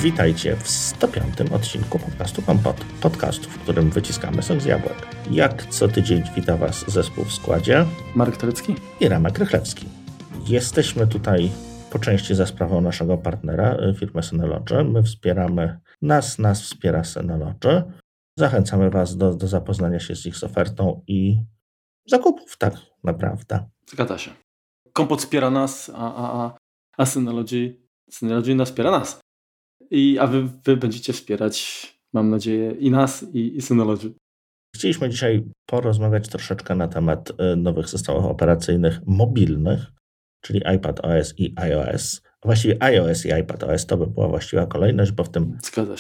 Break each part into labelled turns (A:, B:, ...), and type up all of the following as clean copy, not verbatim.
A: Witajcie w 105. odcinku podcastu Kompot. Podcastu, w którym wyciskamy sok z jabłek. Jak co tydzień wita Was zespół w składzie
B: Marek Telecki
A: i Remek Rychlewski. Jesteśmy tutaj po części za sprawą naszego partnera, firmy Synology. My wspieramy nas wspiera Synology. Zachęcamy Was do zapoznania się z ich ofertą i zakupów, tak naprawdę.
B: Zgadza się. Kompot wspiera nas, a Synology nas wspiera nas. A wy będziecie wspierać, mam nadzieję, i nas, i Synology.
A: Chcieliśmy dzisiaj porozmawiać troszeczkę na temat nowych systemów operacyjnych mobilnych, czyli iPadOS i iOS. Właściwie iOS i iPadOS to by była właściwa kolejność, bo w tym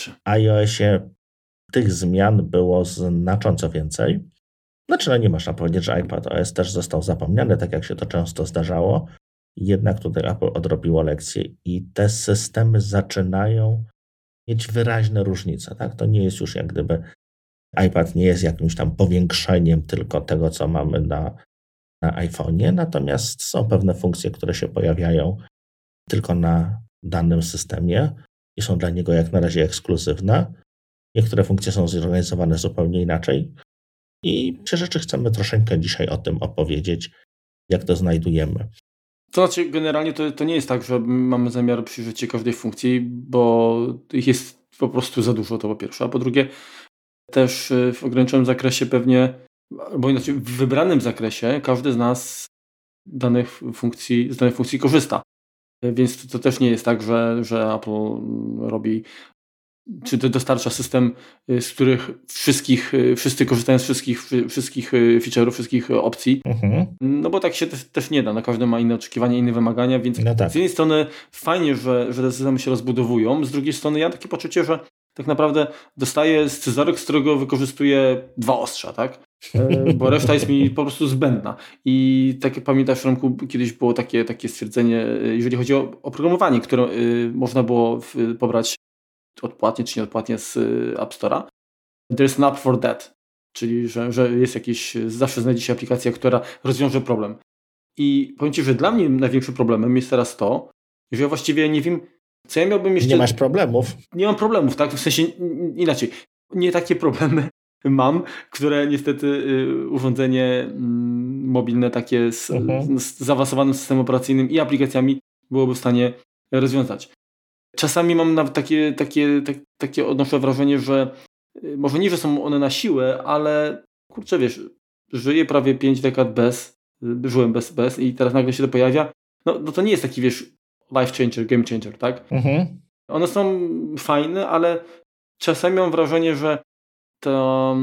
A: iOSie tych zmian było znacząco więcej. Znaczy, nie można powiedzieć, że iPadOS też został zapomniany, tak jak się to często zdarzało. Jednak tutaj Apple odrobiło lekcję i te systemy zaczynają mieć wyraźne różnice. Tak? To nie jest już jak gdyby iPad nie jest jakimś tam powiększeniem tylko tego, co mamy na iPhone'ie, natomiast są pewne funkcje, które się pojawiają tylko na danym systemie i są dla niego jak na razie ekskluzywne. Niektóre funkcje są zorganizowane zupełnie inaczej i przy rzeczy chcemy troszeczkę dzisiaj o tym opowiedzieć, jak to znajdujemy.
B: To znaczy, generalnie to nie jest tak, że mamy zamiar przyjrzeć się każdej funkcji, bo ich jest po prostu za dużo, to po pierwsze. A po drugie, też w ograniczonym zakresie pewnie, bo inaczej w wybranym zakresie każdy z nas z danych funkcji korzysta. Więc to też nie jest tak, że Apple robi, czy to dostarcza system, z których wszyscy korzystają z wszystkich feature'ów, wszystkich opcji. No bo tak się też nie da. No każdy ma inne oczekiwania, inne wymagania, więc z jednej strony fajnie, że te systemy się rozbudowują, z drugiej strony ja mam takie poczucie, że tak naprawdę dostaję scyzoryk, z którego wykorzystuję 2 ostrza, tak? Bo reszta jest mi po prostu zbędna. I tak jak pamiętasz, Romku, kiedyś było takie stwierdzenie, jeżeli chodzi o oprogramowanie, które można było pobrać odpłatnie czy nieodpłatnie z App Store'a. There's an app for that. Czyli, że jest zawsze znajdzie się aplikacja, która rozwiąże problem. I powiem Ci, że dla mnie największym problemem jest teraz to, że ja właściwie nie wiem, co ja miałbym jeszcze...
A: Nie masz problemów?
B: Nie mam problemów, tak? W sensie inaczej. Nie takie problemy mam, które niestety urządzenie mobilne takie z zaawansowanym systemem operacyjnym i aplikacjami byłoby w stanie rozwiązać. Czasami mam nawet takie odnoszę wrażenie, że może nie, że są one na siłę, ale kurczę, wiesz, żyję prawie 5 dekad żyłem bez i teraz nagle się to pojawia. No to nie jest taki, wiesz, life changer, game changer, tak? One są fajne, ale czasami mam wrażenie, że to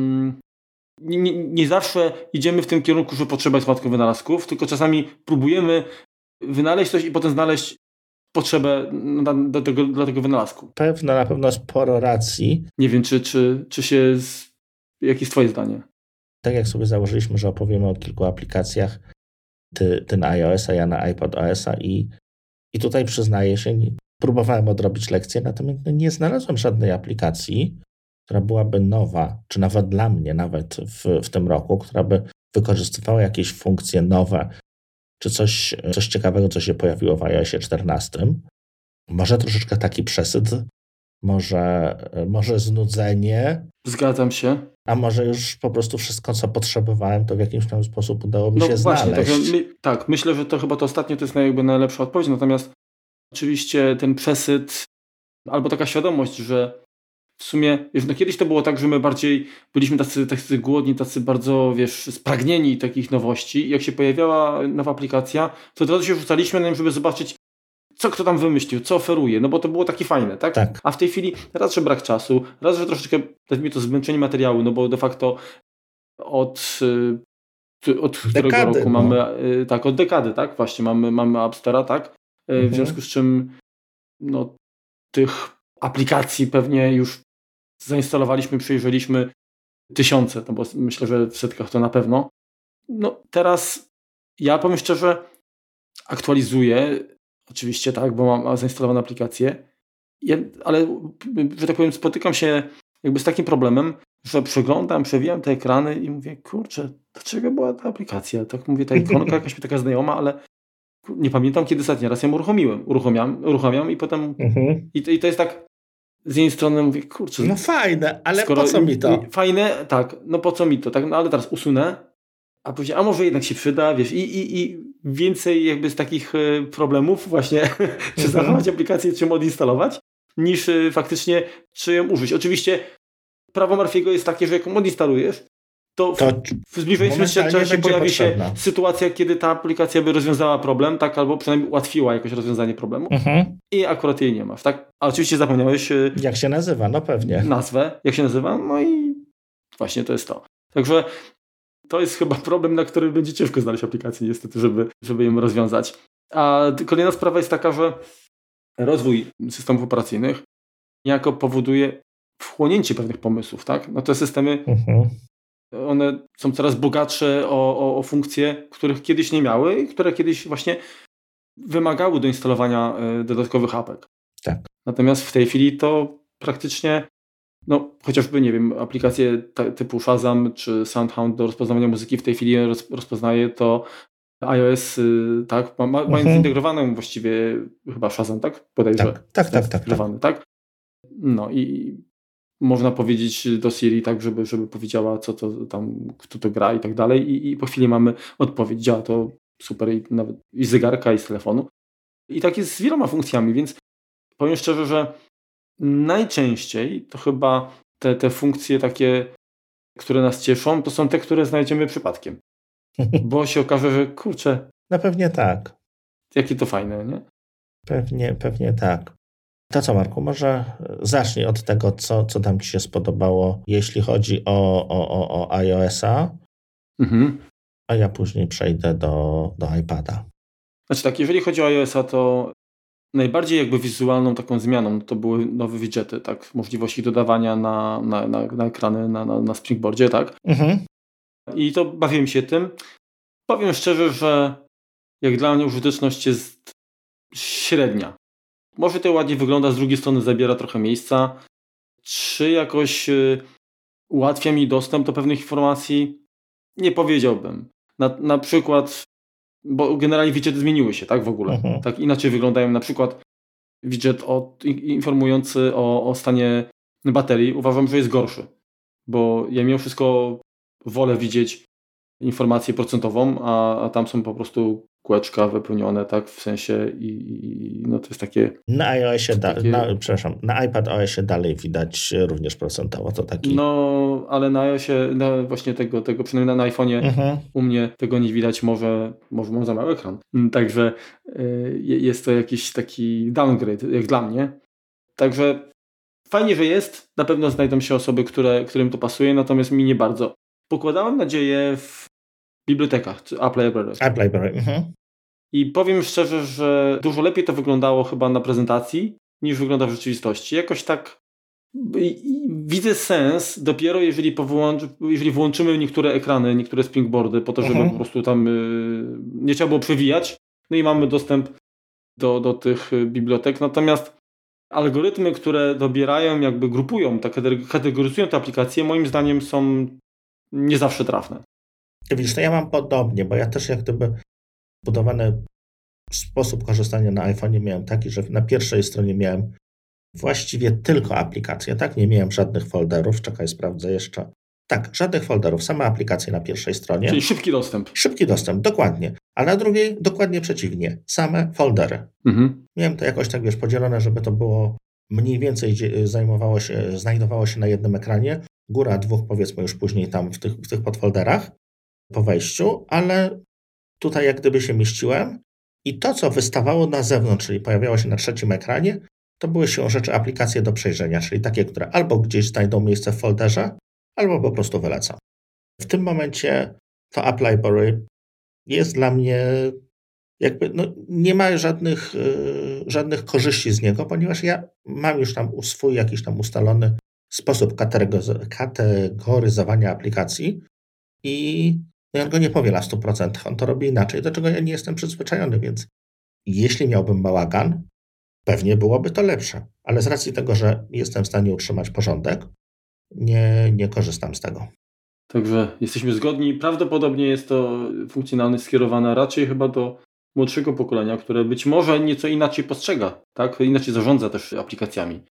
B: nie zawsze idziemy w tym kierunku, że potrzeba jest matką wynalazków, tylko czasami próbujemy wynaleźć coś i potem znaleźć potrzebę dla tego wynalazku.
A: Na pewno sporo racji.
B: Nie wiem, czy się... Jakie jest Twoje zdanie?
A: Tak jak sobie założyliśmy, że opowiemy o kilku aplikacjach, ty na iOS-a, ja na iPadOS-a i tutaj przyznaję się, próbowałem odrobić lekcję, natomiast nie znalazłem żadnej aplikacji, która byłaby nowa, czy nawet dla mnie, nawet w tym roku, która by wykorzystywała jakieś funkcje nowe, czy coś ciekawego, co się pojawiło w iOSie 14. Może troszeczkę taki przesyt, może znudzenie.
B: Zgadzam się.
A: A może już po prostu wszystko, co potrzebowałem, to w jakimś tam sposób udało mi się
B: właśnie,
A: znaleźć.
B: Tak, myślę, że to chyba to ostatnie to jest najlepsza odpowiedź, natomiast oczywiście ten przesyt albo taka świadomość, że w sumie, wiesz, kiedyś to było tak, że my bardziej byliśmy tacy głodni, tacy bardzo, wiesz, spragnieni takich nowości i jak się pojawiała nowa aplikacja, to od razu się rzucaliśmy na nią, żeby zobaczyć, co kto tam wymyślił, co oferuje, no bo to było takie fajne, tak?
A: Tak.
B: A w tej chwili raz, że brak czasu, raz, że troszeczkę mi to zmęczenie materiału, no bo de facto od którego roku mamy, tak, od dekady, tak? Właśnie mamy App Store'a, tak? W związku z czym tych aplikacji pewnie już zainstalowaliśmy, przejrzeliśmy tysiące, no bo myślę, że w setkach to na pewno. No teraz ja powiem szczerze, aktualizuję, oczywiście tak, bo mam zainstalowane aplikacje, ale że tak powiem spotykam się jakby z takim problemem, że przewijam te ekrany i mówię, kurczę, dlaczego była ta aplikacja? Tak mówię, ta ikonka jakaś mi taka znajoma, ale nie pamiętam, kiedy ostatni raz ją uruchamiam i potem i to jest tak z jednej strony mówię, kurczę.
A: No fajne, ale po co mi to?
B: Fajne, tak, no po co mi to, tak, no ale teraz usunę, a później, a może jednak się przyda, wiesz, i więcej jakby z takich problemów właśnie, czy zachować aplikację, czy odinstalować, niż faktycznie, czy ją użyć. Oczywiście prawo Murphy'ego jest takie, że jak ją odinstalujesz, to w zbliżonym czasie pojawi się sytuacja, kiedy ta aplikacja by rozwiązała problem, tak, albo przynajmniej ułatwiła jakoś rozwiązanie problemu i akurat jej nie masz, tak? A oczywiście zapomniałeś...
A: Jak się nazywa? No pewnie.
B: Nazwę, jak się nazywa, no i właśnie to jest to. Także to jest chyba problem, na który będzie ciężko znaleźć aplikację niestety, żeby ją rozwiązać. A kolejna sprawa jest taka, że rozwój systemów operacyjnych niejako powoduje wchłonięcie pewnych pomysłów, tak? No te systemy one są coraz bogatsze o funkcje, których kiedyś nie miały i które kiedyś właśnie wymagały do instalowania dodatkowych apek.
A: Tak.
B: Natomiast w tej chwili to praktycznie, no chociażby, nie wiem, aplikacje typu Shazam czy SoundHound do rozpoznawania muzyki w tej chwili rozpoznaje to iOS, tak? Mając zintegrowaną właściwie chyba Shazam, tak? Bodajże. Tak. No i można powiedzieć do Siri tak, żeby powiedziała, co to tam, kto to gra i tak dalej. I po chwili mamy odpowiedź. Działa to super i nawet i z zegarka, i z telefonu. I tak jest z wieloma funkcjami, więc powiem szczerze, że najczęściej to chyba te funkcje takie, które nas cieszą, to są te, które znajdziemy przypadkiem. Bo się okaże, że kurczę.
A: No pewnie tak.
B: Jakie to fajne, nie?
A: Pewnie tak. To co, Marku, może zacznij od tego, co tam ci się spodobało, jeśli chodzi o iOS-a, a ja później przejdę do iPada.
B: Znaczy tak, jeżeli chodzi o iOS-a, to najbardziej jakby wizualną taką zmianą to były nowe widgety, tak? Możliwość ich dodawania na ekrany, na Springboardzie, tak? I to bawiłem się tym. Powiem szczerze, że jak dla mnie użyteczność jest średnia. Może to ładnie wygląda, z drugiej strony zabiera trochę miejsca. Czy jakoś ułatwia mi dostęp do pewnych informacji? Nie powiedziałbym. Na przykład, bo generalnie widgety zmieniły się, tak, w ogóle. Tak inaczej wyglądają. Na przykład widget informujący o stanie baterii uważam, że jest gorszy. Bo ja mimo wszystko wolę widzieć informację procentową, a tam są po prostu kółeczka wypełnione, tak, w sensie i no to jest takie...
A: Na iOSie, na iPad OSie dalej widać również procentowo, to taki...
B: No, ale na iOSie, właśnie tego przynajmniej na iPhone'ie u mnie tego nie widać, może mam za mały ekran. Także jest to jakiś taki downgrade, jak dla mnie. Także fajnie, że jest, na pewno znajdą się osoby, którym to pasuje, natomiast mi nie bardzo. Pokładałem nadzieję w bibliotekach, czy Apple Library. I powiem szczerze, że dużo lepiej to wyglądało chyba na prezentacji, niż wygląda w rzeczywistości. Jakoś tak widzę sens dopiero, jeżeli włączymy niektóre ekrany, niektóre springboardy, po to, żeby po prostu tam nie trzeba było przewijać. No i mamy dostęp do tych bibliotek. Natomiast algorytmy, które dobierają, jakby grupują, kategoryzują te aplikacje, moim zdaniem są nie zawsze trafne.
A: Widzisz, to ja mam podobnie, bo ja też jak gdyby budowany sposób korzystania na iPhone'ie miałem taki, że na pierwszej stronie miałem właściwie tylko aplikacje, tak? Nie miałem żadnych folderów. Czekaj, sprawdzę jeszcze. Tak, żadnych folderów, same aplikacje na pierwszej stronie.
B: Czyli szybki dostęp. Szybki
A: dostęp, dokładnie. A na drugiej dokładnie przeciwnie, same foldery. Miałem to jakoś tak, podzielone, żeby to było mniej więcej znajdowało się na jednym ekranie. Góra dwóch, powiedzmy już później tam w tych podfolderach po wejściu, ale tutaj jak gdyby się mieściłem i to, co wystawało na zewnątrz, czyli pojawiało się na trzecim ekranie, to były siłą rzeczy aplikacje do przejrzenia, czyli takie, które albo gdzieś znajdą miejsce w folderze, albo po prostu wylecą. W tym momencie to App Library jest dla mnie nie ma żadnych korzyści z niego, ponieważ ja mam już tam swój jakiś tam ustalony sposób kategoryzowania aplikacji i on go nie powiela w 100%. On to robi inaczej, do czego ja nie jestem przyzwyczajony, więc jeśli miałbym bałagan, pewnie byłoby to lepsze. Ale z racji tego, że jestem w stanie utrzymać porządek, nie korzystam z tego.
B: Także jesteśmy zgodni. Prawdopodobnie jest to funkcjonalność skierowana raczej chyba do młodszego pokolenia, które być może nieco inaczej postrzega, tak? Inaczej zarządza też aplikacjami.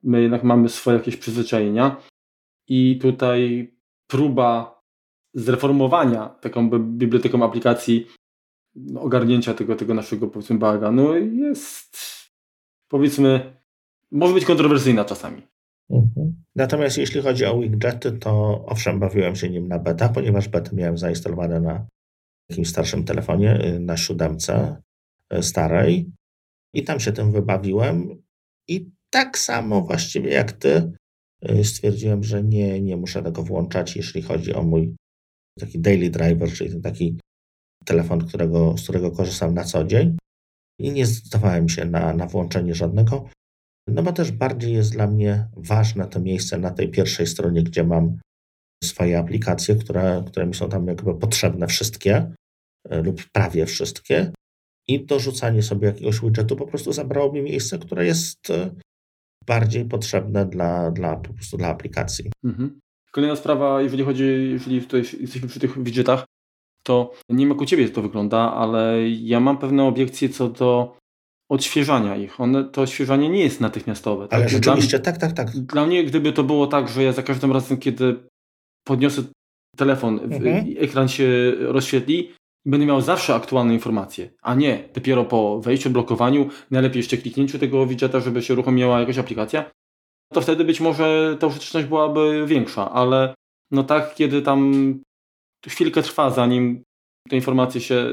B: my jednak mamy swoje jakieś przyzwyczajenia i tutaj próba zreformowania taką biblioteką aplikacji, ogarnięcia tego naszego, powiedzmy, bałaganu jest, powiedzmy, może być kontrowersyjna czasami.
A: Natomiast jeśli chodzi o widgety, to owszem, bawiłem się nim na beta, ponieważ bety miałem zainstalowane na jakimś starszym telefonie, na 7 starej i tam się tym wybawiłem i tak samo właściwie jak ty stwierdziłem, że nie muszę tego włączać, jeśli chodzi o mój taki daily driver, czyli ten taki telefon, z którego korzystam na co dzień i nie zdecydowałem się na włączenie żadnego, no bo też bardziej jest dla mnie ważne to miejsce na tej pierwszej stronie, gdzie mam swoje aplikacje, które mi są tam jakby potrzebne wszystkie lub prawie wszystkie i dorzucanie sobie jakiegoś widgetu po prostu zabrało mi miejsce, które jest bardziej potrzebne po prostu dla aplikacji.
B: Kolejna sprawa, jeżeli tutaj jesteśmy przy tych widgetach, to nie wiem jak u Ciebie to wygląda, ale ja mam pewne obiekcje co do odświeżania ich. To odświeżanie nie jest natychmiastowe.
A: Ale rzeczywiście, tak.
B: Dla mnie, gdyby to było tak, że ja za każdym razem, kiedy podniosę telefon, ekran się rozświetli, będę miał zawsze aktualne informacje, a nie dopiero po wejściu, blokowaniu, najlepiej jeszcze kliknięciu tego widgeta, żeby się uruchomiła jakaś aplikacja, to wtedy być może ta użyteczność byłaby większa, ale no tak, kiedy tam chwilkę trwa, zanim te informacje się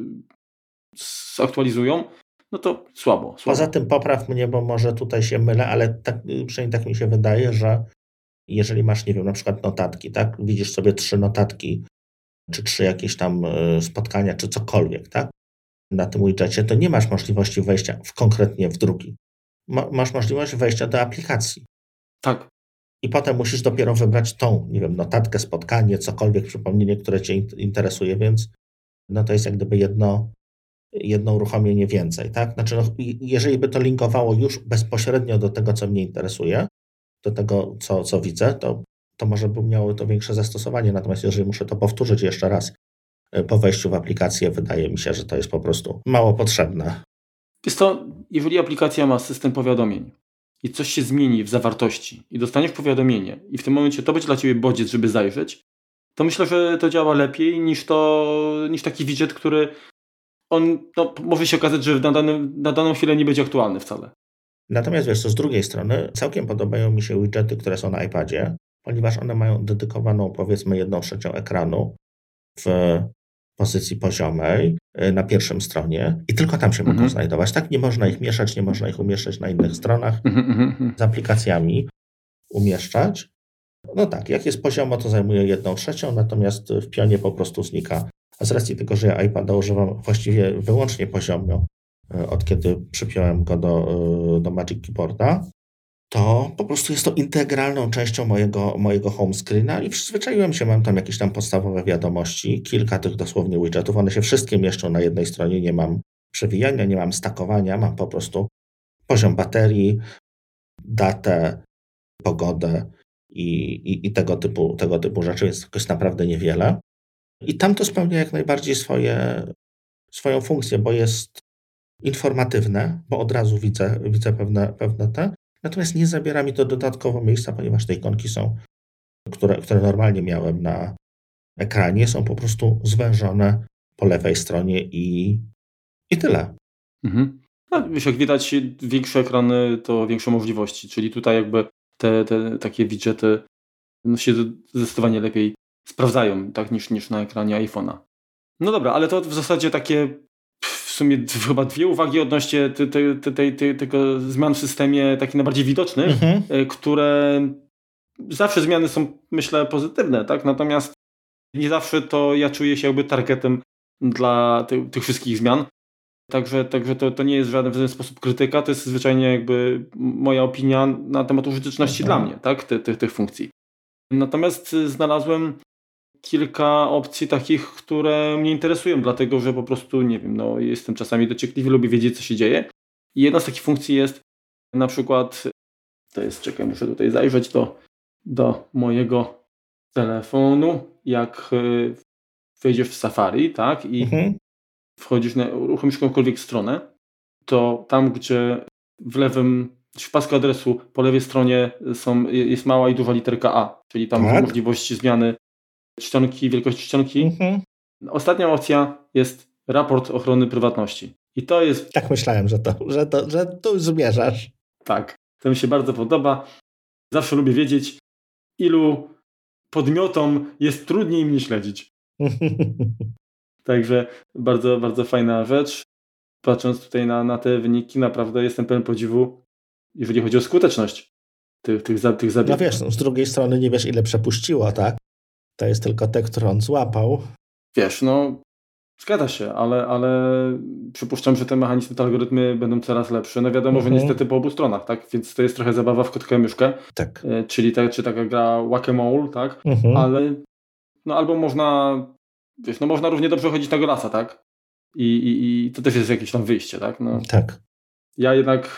B: zaktualizują, no to słabo.
A: Poza tym popraw mnie, bo może tutaj się mylę, ale przynajmniej tak mi się wydaje, że jeżeli masz, nie wiem, na przykład notatki, tak? Widzisz sobie 3 notatki, czy 3 jakieś tam spotkania, czy cokolwiek, tak? Na tym widgetie, to nie masz możliwości wejścia konkretnie w drugi. Masz możliwość wejścia do aplikacji.
B: Tak.
A: I potem musisz dopiero wybrać tą, nie wiem, notatkę, spotkanie, cokolwiek, przypomnienie, które cię interesuje, więc no to jest jak gdyby jedno uruchomienie więcej, tak? Znaczy, no, jeżeli by to linkowało już bezpośrednio do tego, co mnie interesuje, do tego, co widzę, to może by miało to większe zastosowanie. Natomiast jeżeli muszę to powtórzyć jeszcze raz po wejściu w aplikację, wydaje mi się, że to jest po prostu mało potrzebne.
B: Jest to, jeżeli aplikacja ma system powiadomień i coś się zmieni w zawartości i dostaniesz powiadomienie i w tym momencie to będzie dla Ciebie bodziec, żeby zajrzeć, to myślę, że to działa lepiej niż taki widget, który może się okazać, że na daną chwilę nie będzie aktualny wcale.
A: Natomiast wiesz co, z drugiej strony całkiem podobają mi się widgety, które są na iPadzie, ponieważ one mają dedykowaną, powiedzmy, 1/3 ekranu w pozycji poziomej na pierwszym stronie i tylko tam się mogą znajdować. Tak, nie można ich mieszać, nie można ich umieszczać na innych stronach, z aplikacjami umieszczać. No tak, jak jest poziomo, to zajmuje 1/3, natomiast w pionie po prostu znika. A z racji tego, że ja iPada używam właściwie wyłącznie poziomo, od kiedy przypiąłem go do Magic Keyboarda, to po prostu jest to integralną częścią mojego home screena i przyzwyczaiłem się, mam tam jakieś tam podstawowe wiadomości, kilka tych dosłownie widgetów, one się wszystkie mieszczą na jednej stronie, nie mam przewijania, nie mam stakowania, mam po prostu poziom baterii, datę, pogodę i tego typu rzeczy, więc to jest naprawdę niewiele. I tam to spełnia jak najbardziej swoją funkcję, bo jest informatywne, bo od razu widzę pewne te. Natomiast nie zabiera mi to dodatkowo miejsca, ponieważ te ikonki są, które normalnie miałem na ekranie, są po prostu zwężone po lewej stronie i tyle.
B: No, jak widać, większe ekrany to większe możliwości, czyli tutaj jakby te takie widgety się zdecydowanie lepiej sprawdzają, tak, niż na ekranie iPhone'a. No dobra, ale to w zasadzie takie w sumie chyba 2 uwagi odnośnie tego zmian w systemie, takich najbardziej widocznych, które zawsze zmiany są, myślę, pozytywne, tak? Natomiast nie zawsze to ja czuję się jakby targetem dla tych wszystkich zmian. Także to nie jest w żaden sposób krytyka, to jest zwyczajnie jakby moja opinia na temat użyteczności dla mnie, tak? Tych funkcji. Natomiast znalazłem kilka opcji takich, które mnie interesują, dlatego że po prostu, nie wiem, jestem czasami dociekliwy, lubię wiedzieć, co się dzieje. I jedna z takich funkcji jest na przykład, muszę tutaj zajrzeć do mojego telefonu, jak wejdziesz w Safari, tak, i uruchomisz jakąkolwiek stronę, to tam, gdzie w lewym w pasku adresu po lewej stronie jest mała i duża literka A, czyli tam możliwość zmiany czcionki, wielkości czcionki. Ostatnia opcja jest raport ochrony prywatności. I to jest...
A: Tak myślałem, że tu zmierzasz.
B: Tak, to mi się bardzo podoba. Zawsze lubię wiedzieć, ilu podmiotom jest trudniej mnie śledzić. Także bardzo, bardzo fajna rzecz. Patrząc tutaj na te wyniki, naprawdę jestem pełen podziwu, jeżeli chodzi o skuteczność tych zabiegów.
A: No wiesz, z drugiej strony nie wiesz, ile przepuściło, tak? To jest tylko te, które on złapał.
B: Wiesz, no zgadza się, ale przypuszczam, że te mechanizmy, te algorytmy będą coraz lepsze. No wiadomo, że niestety po obu stronach, tak? Więc to jest trochę zabawa w kotka i myszkę.
A: Tak.
B: Czyli czy taka gra whack-a-mole, tak? Ale no albo można, wiesz, no można równie dobrze chodzić na golasa, tak? I to też jest jakieś tam wyjście, tak? No.
A: Tak.
B: Ja jednak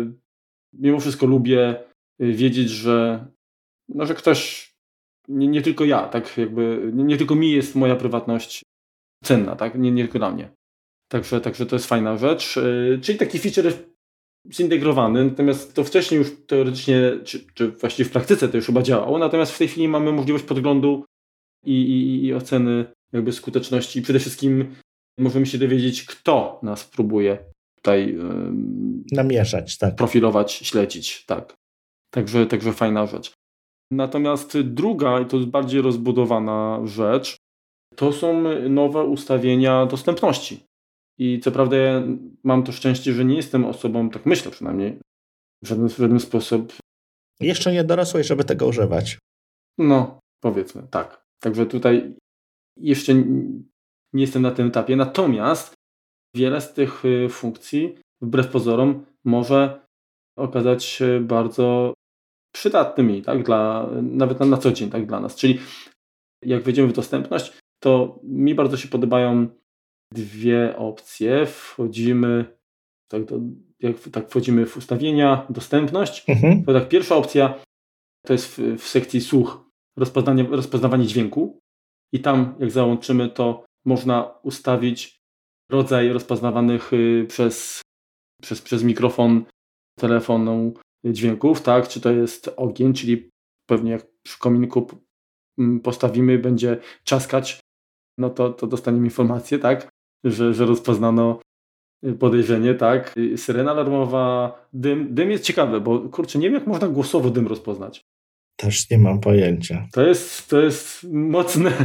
B: mimo wszystko lubię wiedzieć, że ktoś, nie tylko ja, tak jakby, nie tylko mi jest moja prywatność cenna, tak? Nie tylko dla mnie. Także to jest fajna rzecz. Czyli taki feature zintegrowany, natomiast to wcześniej już teoretycznie, czy właściwie w praktyce to już chyba działało, natomiast w tej chwili mamy możliwość podglądu i oceny jakby skuteczności i przede wszystkim możemy się dowiedzieć, kto nas próbuje tutaj
A: namieszać, tak.
B: Profilować, śledzić, tak. Także fajna rzecz. Natomiast druga, i to jest bardziej rozbudowana rzecz, to są nowe ustawienia dostępności. I co prawda ja mam to szczęście, że nie jestem osobą, tak myślę przynajmniej, w żaden sposób.
A: Jeszcze nie dorosłeś, żeby tego używać.
B: No, powiedzmy, tak. Także tutaj jeszcze nie jestem na tym etapie. Natomiast wiele z tych funkcji, wbrew pozorom, może okazać się bardzo przydatnymi, tak, nawet na co dzień, tak, dla nas. Czyli jak wejdziemy w dostępność, to mi bardzo się podobają dwie opcje. Wchodzimy wchodzimy w ustawienia, dostępność. To tak, pierwsza opcja to jest w sekcji słuch, rozpoznawanie dźwięku i tam jak załączymy, to można ustawić rodzaj rozpoznawanych przez mikrofon telefonu dźwięków, tak? Czy to jest ogień, czyli pewnie jak przy kominku postawimy, będzie czaskać, no to dostaniemy informację, tak? Że rozpoznano podejrzenie, tak? Syrena alarmowa, dym. Dym jest ciekawe, bo kurczę, nie wiem, jak można głosowo dym rozpoznać.
A: Też nie mam pojęcia.
B: To jest mocne,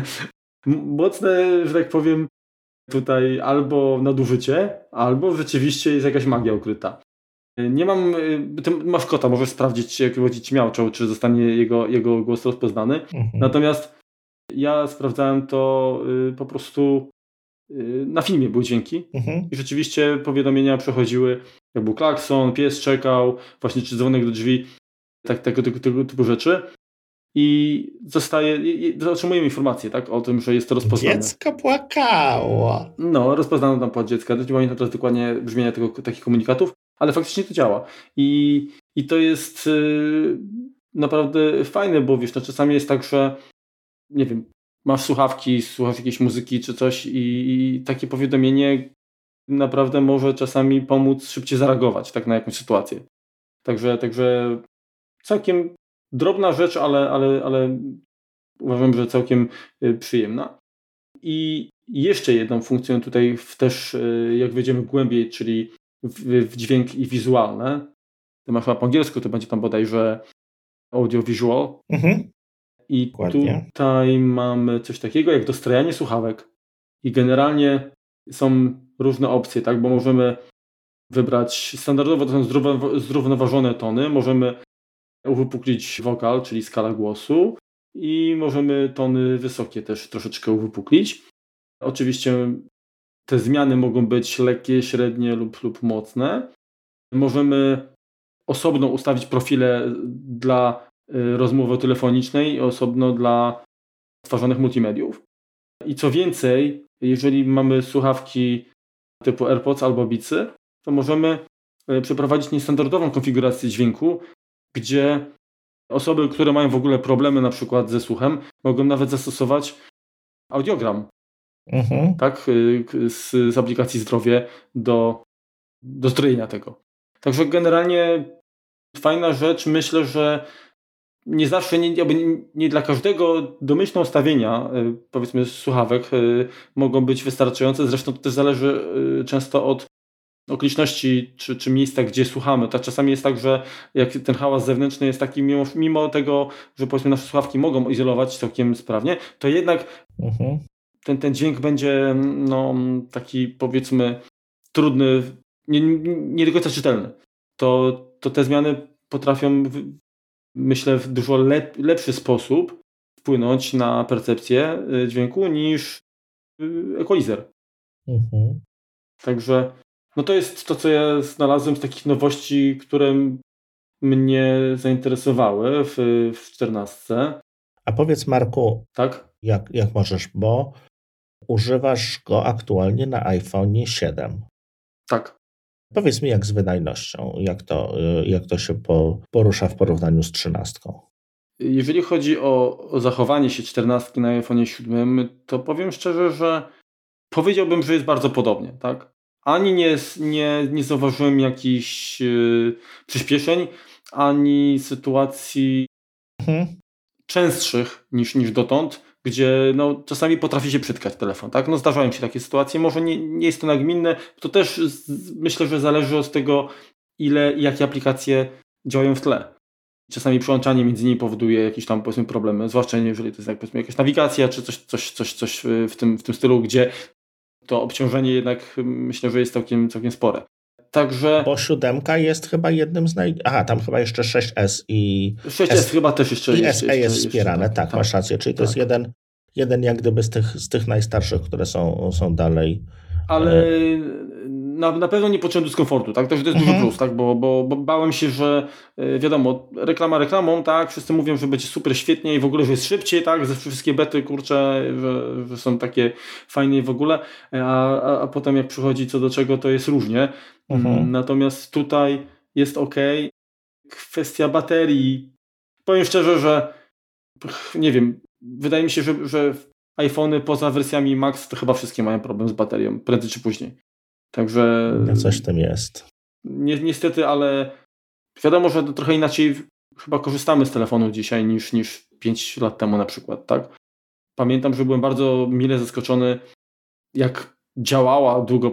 B: że tak powiem, tutaj albo nadużycie, albo rzeczywiście jest jakaś magia ukryta. Nie mam, ty masz kota, możesz sprawdzić, jak będzie miauczał, czy zostanie jego głos rozpoznany. Natomiast ja sprawdzałem to po prostu na filmie były dźwięki i rzeczywiście powiadomienia przechodziły, jak był klakson, pies czekał, właśnie czy dzwonek do drzwi, tego typu rzeczy. I otrzymujemy informację, tak, o tym, że jest to rozpoznane.
A: Dziecko płakało.
B: No, rozpoznano tam płacz dziecka. Nie pamiętam teraz dokładnie brzmienia takich komunikatów, ale faktycznie to działa. I to jest naprawdę fajne, bo wiesz, no, czasami jest tak, że nie wiem, masz słuchawki, słuchasz jakiejś muzyki czy coś i takie powiadomienie naprawdę może czasami pomóc szybciej zareagować, tak, na jakąś sytuację. Także całkiem drobna rzecz, ale uważam, że całkiem przyjemna. I jeszcze jedną funkcją tutaj też, jak wejdziemy głębiej, czyli w dźwięk i wizualne. To masz chyba po angielsku, to będzie tam bodajże audio-visual. I
A: Dokładnie.
B: tutaj mamy coś takiego jak dostrajanie słuchawek. I generalnie są różne opcje, tak? Bo możemy wybrać standardowo, to są zrównoważone tony. Możemy uwypuklić wokal, czyli skala głosu. I możemy tony wysokie też troszeczkę uwypuklić. Oczywiście te zmiany mogą być lekkie, średnie lub mocne. Możemy osobno ustawić profile dla rozmowy telefonicznej i osobno dla stwarzanych multimediów. I co więcej, jeżeli mamy słuchawki typu AirPods albo Beatsy, to możemy przeprowadzić niestandardową konfigurację dźwięku, gdzie osoby, które mają w ogóle problemy na przykład ze słuchem, mogą nawet zastosować audiogram, tak, z aplikacji Zdrowie do strojenia tego. Także generalnie fajna rzecz. Myślę, że nie zawsze, nie dla każdego domyślne ustawienia, powiedzmy słuchawek, mogą być wystarczające. Zresztą to też zależy często od okoliczności czy miejsca, gdzie słuchamy. To czasami jest tak, że jak ten hałas zewnętrzny jest taki, mimo tego, że powiedzmy nasze słuchawki mogą izolować całkiem sprawnie, to jednak ten dźwięk będzie taki, powiedzmy, trudny, nie do końca czytelny. To te zmiany potrafią, myślę, w dużo lepszy sposób wpłynąć na percepcję dźwięku niż equalizer. Także to jest to, co ja znalazłem z takich nowości, które mnie zainteresowały w 14.
A: A powiedz, Marku,
B: tak?
A: jak możesz, bo używasz go aktualnie na iPhone 7.
B: Tak.
A: Powiedz mi, jak z wydajnością, jak to się porusza w porównaniu z 13.
B: Jeżeli chodzi o zachowanie się 14 na iPhone 7, to powiem szczerze, że powiedziałbym, że jest bardzo podobnie, tak? Ani nie zauważyłem jakichś przyspieszeń, ani sytuacji częstszych niż dotąd, gdzie czasami potrafi się przytkać telefon, tak? Zdarzają się takie sytuacje, może nie jest to nagminne, to też myślę, że zależy od tego, ile i jakie aplikacje działają w tle. Czasami przyłączanie między nimi powoduje jakieś tam, powiedzmy, problemy, zwłaszcza jeżeli to jest powiedzmy jakaś nawigacja, czy coś w tym stylu, gdzie to obciążenie jednak myślę, że jest całkiem spore. Także...
A: Bo 7 jest chyba jednym z tam chyba jeszcze 6S i...
B: 6S chyba też jeszcze...
A: I SE jest wspierane, tak, masz rację. Czyli to jest jeden jak gdyby z tych najstarszych, które są dalej...
B: Ale na pewno nie poczułem dyskomfortu, tak? To jest duży plus, tak? Bo bałem się, że wiadomo, reklama reklamą, tak? Wszyscy mówią, że będzie super świetnie i w ogóle, że jest szybciej, tak? Ze wszystkie bety, kurczę, że są takie fajne w ogóle, a potem jak przychodzi co do czego, to jest różnie. Natomiast tutaj jest ok. Kwestia baterii. Powiem szczerze, że nie wiem, wydaje mi się, że iPhony poza wersjami Max to chyba wszystkie mają problem z baterią, prędzej czy później. Także...
A: coś w tym jest.
B: Niestety, ale wiadomo, że trochę inaczej chyba korzystamy z telefonu dzisiaj niż 5 lat temu na przykład, tak? Pamiętam, że byłem bardzo mile zaskoczony, jak działał długo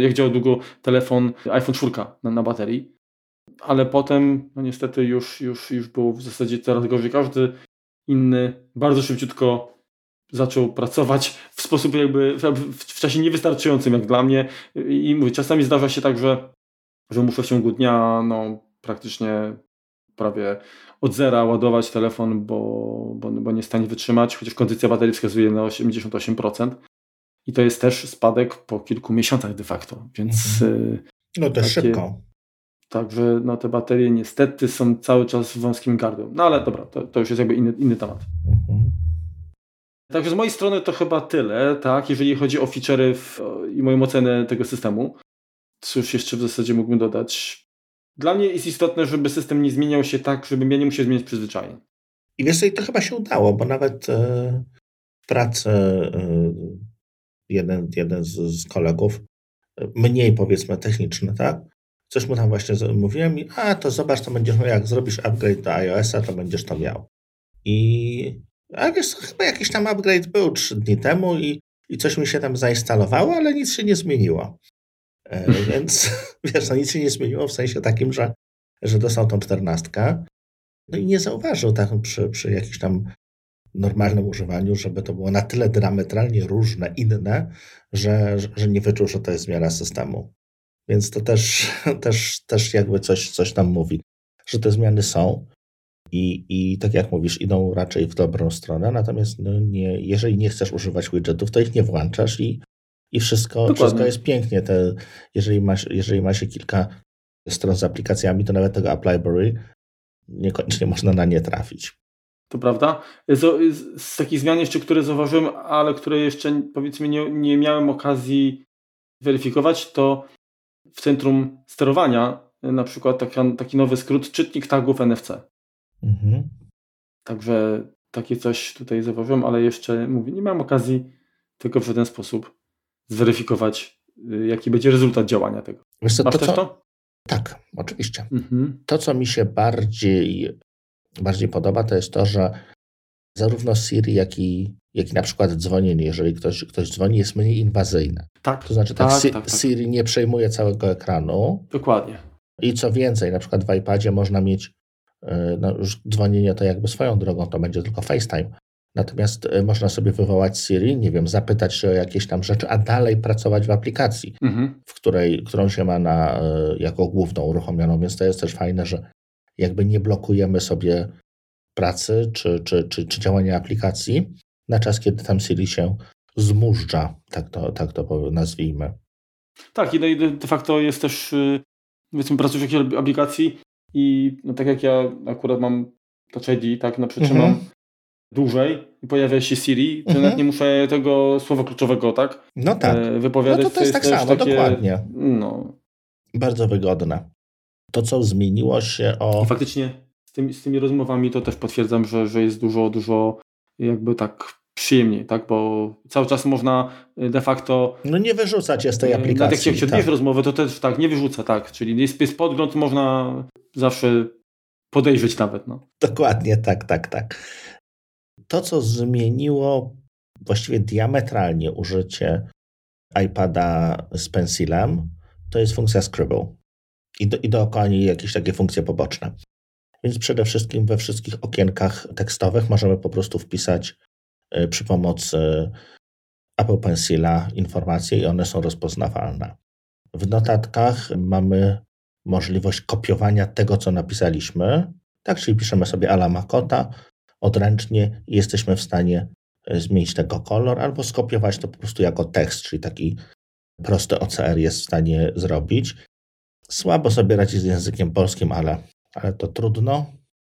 B: telefon iPhone 4 na baterii, ale potem niestety już było w zasadzie coraz gorzej. Każdy inny bardzo szybciutko zaczął pracować w sposób jakby w czasie niewystarczającym jak dla mnie i mówię, czasami zdarza się tak, że muszę w ciągu dnia praktycznie prawie od zera ładować telefon, bo nie jest w stanie wytrzymać, chociaż kondycja baterii wskazuje na 88%. I to jest też spadek po kilku miesiącach de facto, więc...
A: też szybko.
B: Także te baterie niestety są cały czas w wąskim gardle. Ale dobra, to już jest jakby inny temat. Także z mojej strony to chyba tyle, tak, jeżeli chodzi o feature'y i moją ocenę tego systemu. Cóż jeszcze w zasadzie mógłbym dodać? Dla mnie jest istotne, żeby system nie zmieniał się tak, żebym ja nie musiał zmieniać przyzwyczajeń.
A: I wiesz, i to chyba się udało, bo nawet w pracy jeden z kolegów, mniej powiedzmy techniczny, tak? Coś mu tam właśnie mówiłem i to zobacz, to będziesz miał, jak zrobisz upgrade do iOS-a, to będziesz to miał. A wiesz, chyba jakiś tam upgrade był 3 dni temu i coś mi się tam zainstalowało, ale nic się nie zmieniło. Więc wiesz, nic się nie zmieniło w sensie takim, że dostał tą 14. I nie zauważył tak przy jakimś tam normalnym używaniu, żeby to było na tyle diametralnie różne, inne, że nie wyczuł, że to jest zmiana systemu. Więc to też jakby coś tam mówi, że te zmiany są i tak jak mówisz, idą raczej w dobrą stronę, natomiast jeżeli nie chcesz używać widgetów, to ich nie włączasz i wszystko jest pięknie. Jeżeli ma się kilka stron z aplikacjami, to nawet tego App Library niekoniecznie można na nie trafić.
B: To prawda. Z takich zmian jeszcze, które zauważyłem, ale które jeszcze powiedzmy nie miałem okazji weryfikować, to w centrum sterowania na przykład taki nowy skrót, czytnik tagów NFC. Także takie coś tutaj zauważyłem, ale jeszcze mówię, nie miałem okazji tylko w żaden sposób zweryfikować, jaki będzie rezultat działania tego.
A: Wiesz co,
B: Masz też to?
A: Tak, oczywiście.
B: Mhm.
A: To, co mi się bardziej podoba, to jest to, że zarówno Siri, jak i na przykład dzwonienie, jeżeli ktoś dzwoni, jest mniej inwazyjne.
B: Tak.
A: To znaczy
B: tak.
A: Siri nie przejmuje całego ekranu.
B: Dokładnie.
A: I co więcej, na przykład w iPadzie można mieć już dzwonienie to jakby swoją drogą, to będzie tylko FaceTime. Natomiast można sobie wywołać Siri, nie wiem, zapytać się o jakieś tam rzeczy, a dalej pracować w aplikacji, którą się ma jako główną uruchomioną, więc to jest też fajne, że jakby nie blokujemy sobie pracy czy działania aplikacji na czas, kiedy tam Siri się zmużdża, tak to nazwijmy.
B: Tak, i de facto jest też, powiedzmy, pracujesz w jakiejś aplikacji i no, tak jak ja akurat mam Touch ID, tak, no przytrzymam dłużej i pojawia się Siri, to nawet nie muszę tego słowa kluczowego, tak?
A: No tak.
B: Wypowiadać.
A: No to jest tak samo, dokładnie.
B: No.
A: Bardzo wygodne. To, co zmieniło się
B: I faktycznie z tymi rozmowami to też potwierdzam, że jest dużo jakby tak przyjemniej, tak? Bo cały czas można de facto...
A: No nie wyrzucać z tej aplikacji.
B: Nawet jak się odbierze rozmowę, to też tak, nie wyrzuca, tak? Czyli jest podgląd, można zawsze podejrzeć nawet, no.
A: Dokładnie, tak. To, co zmieniło właściwie diametralnie użycie iPada z Pencilem, to jest funkcja Scribble. I dookoła niej jakieś takie funkcje poboczne. Więc przede wszystkim we wszystkich okienkach tekstowych możemy po prostu wpisać przy pomocy Apple Pencila informacje i one są rozpoznawalne. W notatkach mamy możliwość kopiowania tego, co napisaliśmy. Tak, czyli piszemy sobie a la Makota odręcznie i jesteśmy w stanie zmienić tego kolor albo skopiować to po prostu jako tekst, czyli taki prosty OCR jest w stanie zrobić. Słabo sobie radzi z językiem polskim, ale to trudno.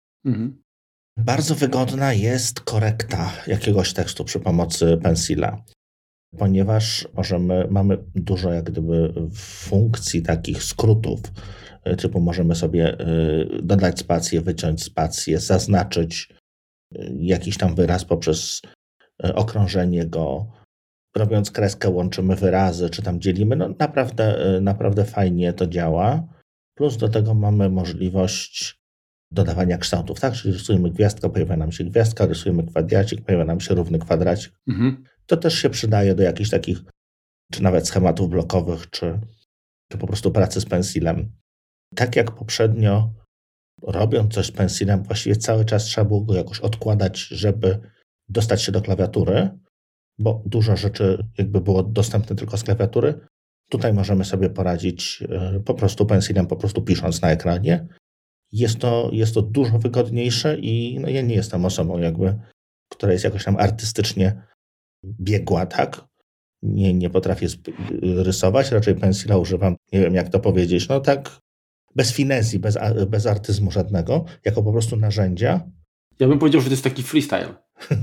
A: Bardzo wygodna jest korekta jakiegoś tekstu przy pomocy Pencila, ponieważ mamy dużo jak gdyby funkcji takich skrótów, typu możemy sobie dodać spację, wyciąć spację, zaznaczyć jakiś tam wyraz poprzez okrążenie go. Robiąc kreskę łączymy wyrazy, czy tam dzielimy. No naprawdę fajnie to działa. Plus do tego mamy możliwość dodawania kształtów, tak? Czyli rysujemy gwiazdkę, pojawia nam się gwiazdka, rysujemy kwadracik, pojawia nam się równy kwadracik. To też się przydaje do jakichś takich, czy nawet schematów blokowych, czy po prostu pracy z Pencilem. Tak jak poprzednio, robiąc coś z Pencilem, właściwie cały czas trzeba było go jakoś odkładać, żeby dostać się do klawiatury, bo dużo rzeczy jakby było dostępne tylko z klawiatury. Tutaj możemy sobie poradzić po prostu Pencilem, po prostu pisząc na ekranie. Jest to dużo wygodniejsze i no ja nie jestem osobą jakby, która jest jakoś tam artystycznie biegła, tak? Nie potrafię rysować, raczej Pencila używam, nie wiem jak to powiedzieć, no tak bez finezji, bez artyzmu żadnego, jako po prostu narzędzia.
B: Ja bym powiedział, że to jest taki freestyle.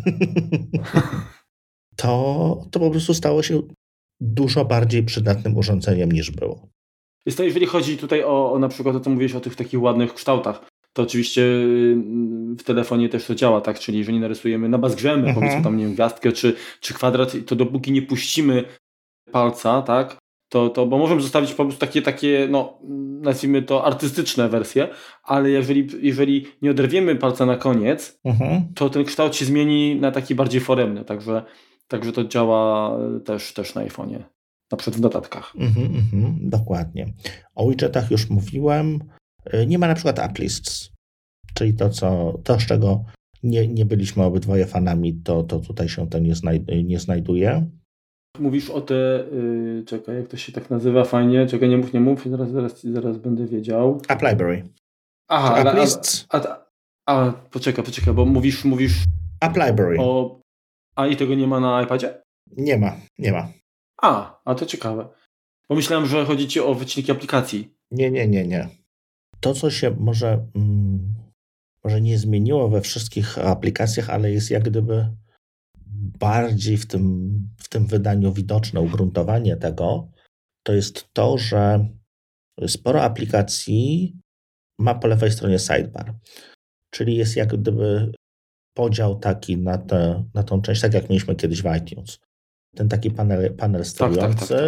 A: To po prostu stało się dużo bardziej przydatnym urządzeniem niż było.
B: Jest to, jeżeli chodzi tutaj o na przykład o to mówiłeś o tych takich ładnych kształtach, to oczywiście w telefonie też to działa, tak? Czyli jeżeli narysujemy, nabazgrzemy powiedzmy tam, nie wiem, gwiazdkę czy kwadrat, to dopóki nie puścimy palca, tak? To bo możemy zostawić po prostu takie no nazwijmy to artystyczne wersje, ale jeżeli nie oderwiemy palca na koniec, to ten kształt się zmieni na taki bardziej foremny, także to działa też na iPhone'ie. Na przykład w notatkach.
A: Dokładnie. O widgetach już mówiłem. Nie ma na przykład Applists, czyli to, z czego nie byliśmy obydwoje fanami, to tutaj się to nie znajduje.
B: Mówisz o te, czekaj, jak to się tak nazywa fajnie, czekaj, nie mów, zaraz będę wiedział.
A: App Library.
B: Aha,
A: Applists.
B: Poczekaj, bo mówisz...
A: App Library.
B: A i tego nie ma na iPadzie?
A: Nie ma.
B: A to ciekawe. Bo myślałem, że chodzi ci o wycinki aplikacji.
A: Nie. To, co się może nie zmieniło we wszystkich aplikacjach, ale jest jak gdyby bardziej w tym wydaniu widoczne ugruntowanie tego, to jest to, że sporo aplikacji ma po lewej stronie sidebar. Czyli jest jak gdyby podział taki na tą część, tak jak mieliśmy kiedyś w iTunes. Ten taki panel sterujący,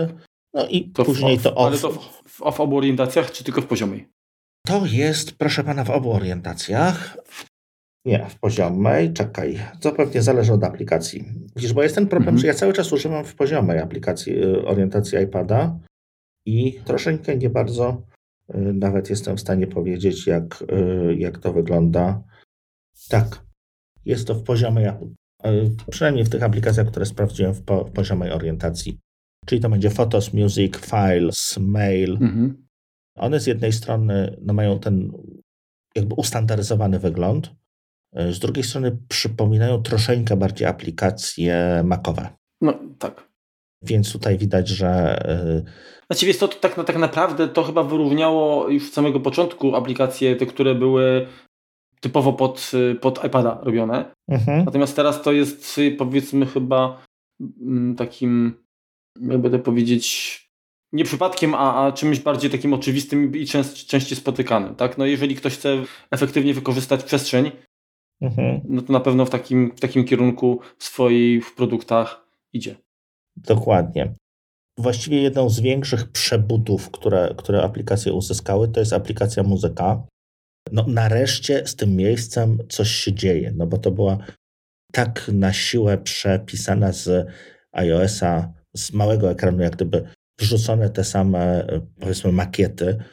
A: No i później to off.
B: Ale to w obu orientacjach, czy tylko w poziomej?
A: To jest, proszę pana, w obu orientacjach. Nie, w poziomej, czekaj, to pewnie zależy od aplikacji. Widzisz, bo jest ten problem, że ja cały czas używam w poziomej aplikacji orientacji iPada i troszeczkę nie bardzo nawet jestem w stanie powiedzieć, jak to wygląda. Tak, jest to w poziomej, przynajmniej w tych aplikacjach, które sprawdziłem w poziomej orientacji. Czyli to będzie Photos, Music, Files, Mail. One z jednej strony mają ten jakby ustandaryzowany wygląd, z drugiej strony przypominają troszeczkę bardziej aplikacje Macowe.
B: No tak.
A: Więc tutaj widać, że...
B: Znaczy wiesz, to tak naprawdę to chyba wyróżniało już od samego początku aplikacje, te, które były typowo pod iPada robione. Natomiast teraz to jest, powiedzmy, chyba takim, jakby to powiedzieć, nie przypadkiem, a czymś bardziej takim oczywistym i częściej spotykanym. Tak? No jeżeli ktoś chce efektywnie wykorzystać przestrzeń, no to na pewno w takim kierunku w swoich produktach idzie.
A: Dokładnie. Właściwie jedną z większych przebudów, które aplikacje uzyskały, to jest aplikacja Muzyka. No nareszcie z tym miejscem coś się dzieje, no bo to była tak na siłę przepisana z iOS-a, z małego ekranu, jak gdyby wrzucone te same, powiedzmy, makiety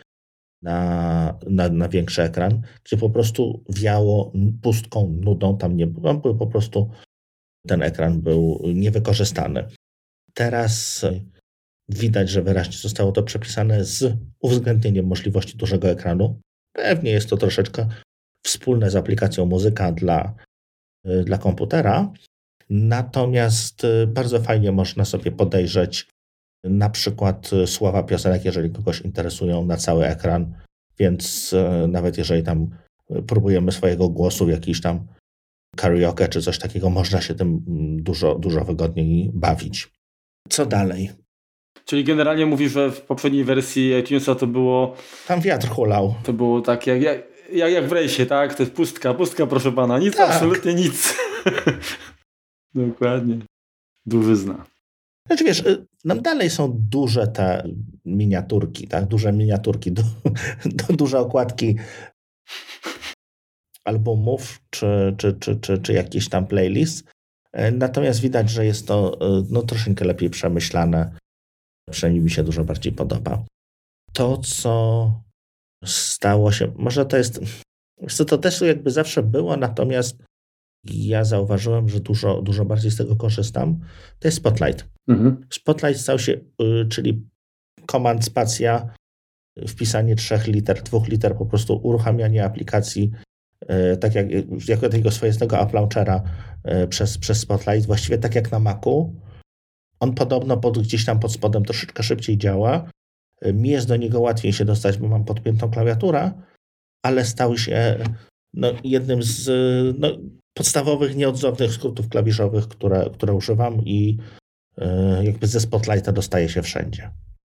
A: na większy ekran, gdzie po prostu wiało pustką, nudą, tam nie było, po prostu ten ekran był niewykorzystany. Teraz widać, że wyraźnie zostało to przepisane z uwzględnieniem możliwości dużego ekranu. Pewnie jest to troszeczkę wspólne z aplikacją Muzyka dla komputera, natomiast bardzo fajnie można sobie podejrzeć na przykład słowa piosenek, jeżeli kogoś interesują, na cały ekran, więc nawet jeżeli tam próbujemy swojego głosu w jakiś tam karaoke czy coś takiego, można się tym dużo wygodniej bawić. Co dalej?
B: Czyli generalnie mówisz, że w poprzedniej wersji iTunesa to było...
A: Tam wiatr hulał.
B: To było tak jak w rejsie, tak? To jest pustka, proszę pana. Nic, tak. Absolutnie nic. Dokładnie. Dużyzna.
A: Znaczy wiesz, nam dalej są duże te miniaturki, tak? Duże miniaturki, duże okładki albumów czy jakiś tam playlist. Natomiast widać, że jest to troszeczkę lepiej przemyślane. Przynajmniej mi się dużo bardziej podoba. To, co stało się, może to jest, to też jakby zawsze było, natomiast ja zauważyłem, że dużo bardziej z tego korzystam. To jest Spotlight. Spotlight stał się, czyli command spacja, wpisanie 3 liter, 2 liter, po prostu uruchamianie aplikacji, tak jak takiego swoistego app launchera przez Spotlight, właściwie tak jak na Macu. On podobno gdzieś tam pod spodem troszeczkę szybciej działa. Mi jest do niego łatwiej się dostać, bo mam podpiętą klawiaturę, ale stał się jednym z podstawowych, nieodzownych skrótów klawiszowych, które używam i jakby ze Spotlighta dostaje się wszędzie.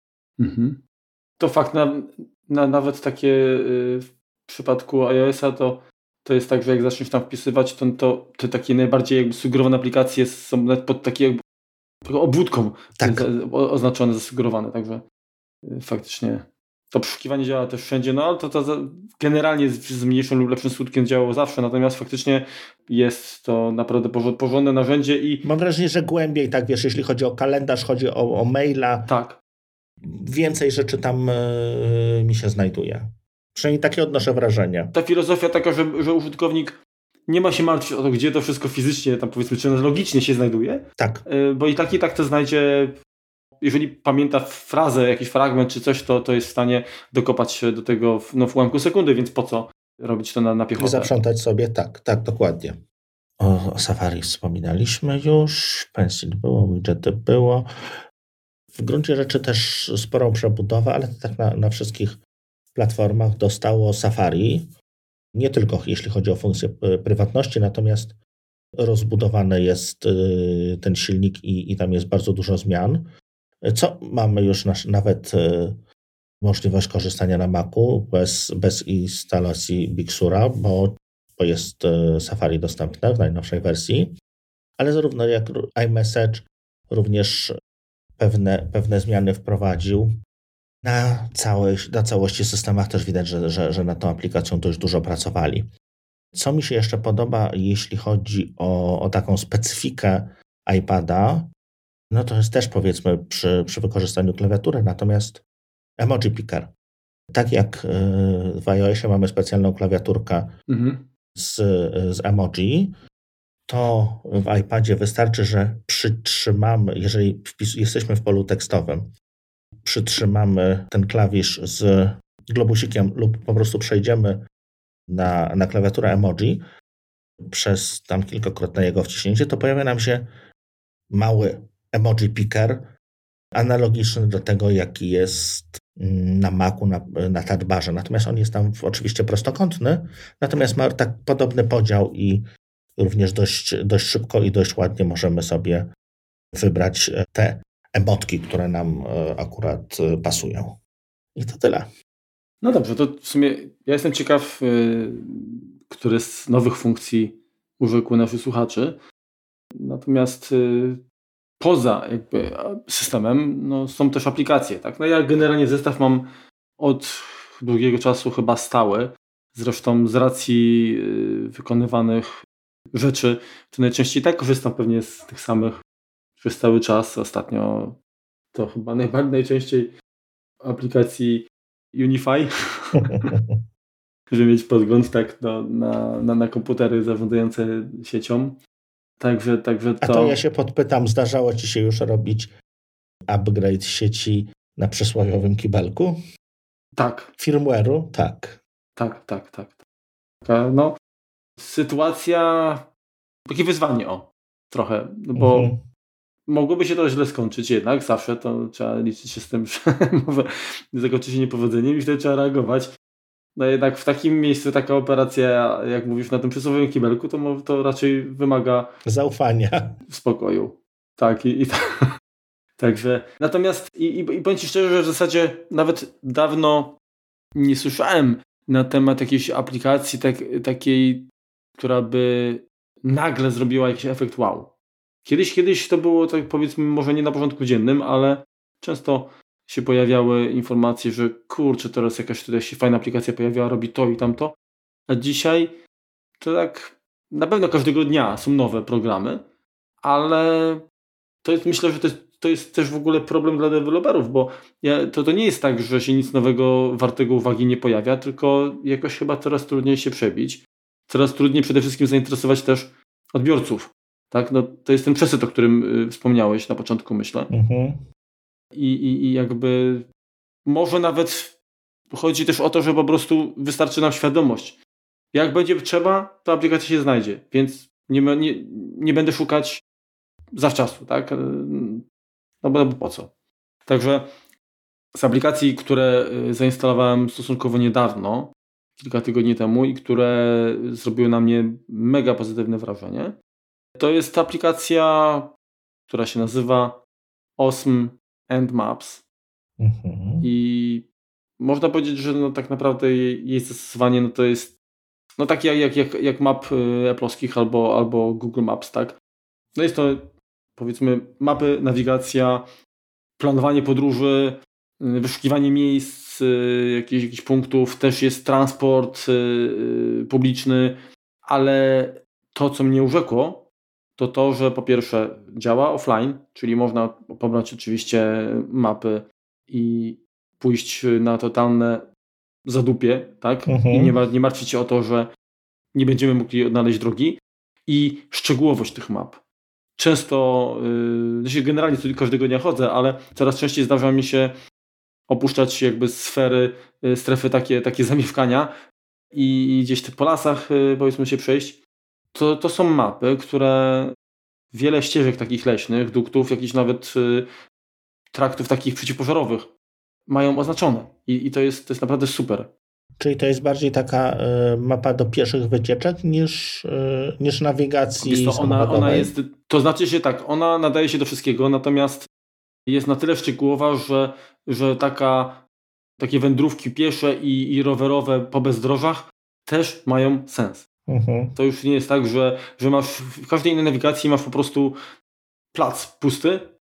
B: To fakt, nawet takie w przypadku iOS-a to jest tak, że jak zaczniesz tam wpisywać, to te takie najbardziej jakby sugerowane aplikacje są nawet pod taką obwódką oznaczone, zasugerowane, także faktycznie to przeszukiwanie działa też wszędzie, ale to generalnie z mniejszym lub lepszym skutkiem działało zawsze, natomiast faktycznie jest to naprawdę porządne narzędzie i...
A: Mam wrażenie, że głębiej, tak wiesz, jeśli chodzi o kalendarz, chodzi o maila,
B: tak.
A: Więcej rzeczy tam mi się znajduje. Przynajmniej takie odnoszę wrażenie.
B: Ta filozofia taka, że użytkownik nie ma się martwić o to, gdzie to wszystko fizycznie, tam powiedzmy, czy logicznie się znajduje.
A: Tak.
B: Bo i tak to znajdzie, jeżeli pamięta frazę, jakiś fragment czy coś, to jest w stanie dokopać się do tego w ułamku sekundy, więc po co robić to na piechotę?
A: Zaprzątać sobie, tak, dokładnie. O Safari wspominaliśmy już, Pencil było, widgety było. W gruncie rzeczy też sporą przebudowę, ale tak na wszystkich platformach dostało Safari. Nie tylko jeśli chodzi o funkcję prywatności, natomiast rozbudowany jest ten silnik i tam jest bardzo dużo zmian. Co mamy już nawet możliwość korzystania na Macu bez instalacji Big Sura, bo jest Safari dostępne w najnowszej wersji, ale zarówno jak iMessage, również pewne zmiany wprowadził. Na całości systemach też widać, że nad tą aplikacją dość dużo pracowali. Co mi się jeszcze podoba, jeśli chodzi o taką specyfikę iPada, no to jest też powiedzmy przy wykorzystaniu klawiatury, natomiast emoji picker. Tak jak w iOSie mamy specjalną klawiaturkę z emoji, to w iPadzie wystarczy, że przytrzymamy, jeżeli jesteśmy w polu tekstowym, przytrzymamy ten klawisz z globusikiem lub po prostu przejdziemy na klawiaturę emoji przez tam kilkakrotne jego wciśnięcie, to pojawia nam się mały emoji picker, analogiczny do tego, jaki jest na Macu, na touchbarze. Natomiast on jest tam oczywiście prostokątny, natomiast ma tak podobny podział i również dość szybko i dość ładnie możemy sobie wybrać te emotki, które nam akurat pasują. I to tyle.
B: No dobrze, to w sumie ja jestem ciekaw, które z nowych funkcji urzekły naszych słuchaczy. Natomiast poza jakby systemem są też aplikacje. Tak? No ja generalnie zestaw mam od długiego czasu chyba stały. Zresztą z racji wykonywanych rzeczy, to najczęściej tak korzystam pewnie z tych samych przez cały czas. Ostatnio to chyba najczęściej aplikacji Unify, żeby mieć podgląd tak na komputery zarządzające siecią. Także to...
A: A to ja się podpytam, zdarzało Ci się już robić upgrade sieci na przysłowiowym kibelku?
B: Tak.
A: Firmware'u? Tak.
B: Tak. No, sytuacja... Takie wyzwanie, trochę, bo mogłoby się to źle skończyć jednak, zawsze to trzeba liczyć się z tym, że może zakończy się niepowodzeniem i wtedy trzeba reagować. No jednak w takim miejscu taka operacja, jak mówisz, na tym przysłowiowym kibelku, to raczej wymaga
A: zaufania.
B: Spokoju. Tak, także. Natomiast i powiem Ci szczerze, że w zasadzie nawet dawno nie słyszałem na temat jakiejś aplikacji takiej, która by nagle zrobiła jakiś efekt wow. Kiedyś to było, tak powiedzmy, może nie na porządku dziennym, ale często się pojawiały informacje, że kurczę, teraz jakaś tutaj się fajna aplikacja pojawiła, robi to i tamto. A dzisiaj to tak na pewno każdego dnia są nowe programy, ale myślę, że to jest też w ogóle problem dla deweloperów, bo to nie jest tak, że się nic nowego wartego uwagi nie pojawia, tylko jakoś chyba coraz trudniej się przebić. Coraz trudniej przede wszystkim zainteresować też odbiorców. Tak? No, to jest ten przesyt, o którym wspomniałeś na początku, myślę. I jakby może nawet chodzi też o to, że po prostu wystarczy nam świadomość. Jak będzie trzeba, to aplikacja się znajdzie, więc nie będę szukać zawczasu, tak? No bo po co? Także z aplikacji, które zainstalowałem stosunkowo niedawno, kilka tygodni temu i które zrobiły na mnie mega pozytywne wrażenie, to jest aplikacja, która się nazywa Awesome End Maps. I można powiedzieć, że tak naprawdę jej zastosowanie to jest takie jak map Apple'owskich albo Google Maps, tak? No jest to, powiedzmy, mapy, nawigacja, planowanie podróży, wyszukiwanie miejsc, jakichś punktów, też jest transport publiczny, ale to, co mnie urzekło, to, że po pierwsze działa offline, czyli można pobrać oczywiście mapy i pójść na totalne zadupie, tak? I nie martwić się o to, że nie będziemy mogli odnaleźć drogi. I szczegółowość tych map. Często, generalnie tu każdego dnia chodzę, ale coraz częściej zdarza mi się opuszczać jakby strefy takie zamieszkania i gdzieś po lasach, powiedzmy, się przejść. To są mapy, które wiele ścieżek takich leśnych, duktów, jakichś nawet traktów takich przeciwpożarowych mają oznaczone. I to jest naprawdę super.
A: Czyli to jest bardziej taka mapa do pieszych wycieczek niż nawigacji samochodowej?
B: Ona jest, to znaczy się tak, ona nadaje się do wszystkiego, natomiast jest na tyle szczegółowa, że takie wędrówki piesze i rowerowe po bezdrożach też mają sens. To już nie jest tak, że masz w każdej innej nawigacji masz po prostu plac pusty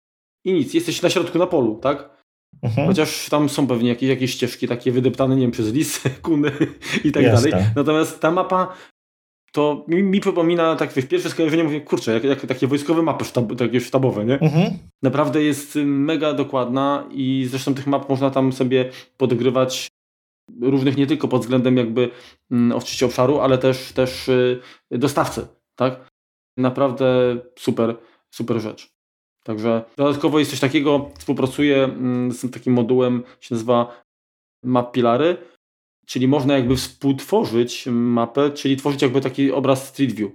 B: i nic. Jesteś na środku na polu, tak? Chociaż tam są pewnie jakieś ścieżki takie wydeptane, nie wiem, przez lisy, kuny i tak dalej. Natomiast ta mapa to mi przypomina, tak wiesz, pierwsze skojarzenie, mówię, kurczę, jak takie wojskowe mapy takie sztabowe, nie? Naprawdę jest mega dokładna i zresztą tych map można tam sobie podgrywać różnych nie tylko pod względem jakby oczywiście obszaru, ale też dostawcy, tak? Naprawdę super rzecz. Także dodatkowo jest coś takiego, współpracuję z takim modułem, się nazywa Map Pilary, czyli można jakby współtworzyć mapę, czyli tworzyć jakby taki obraz Street View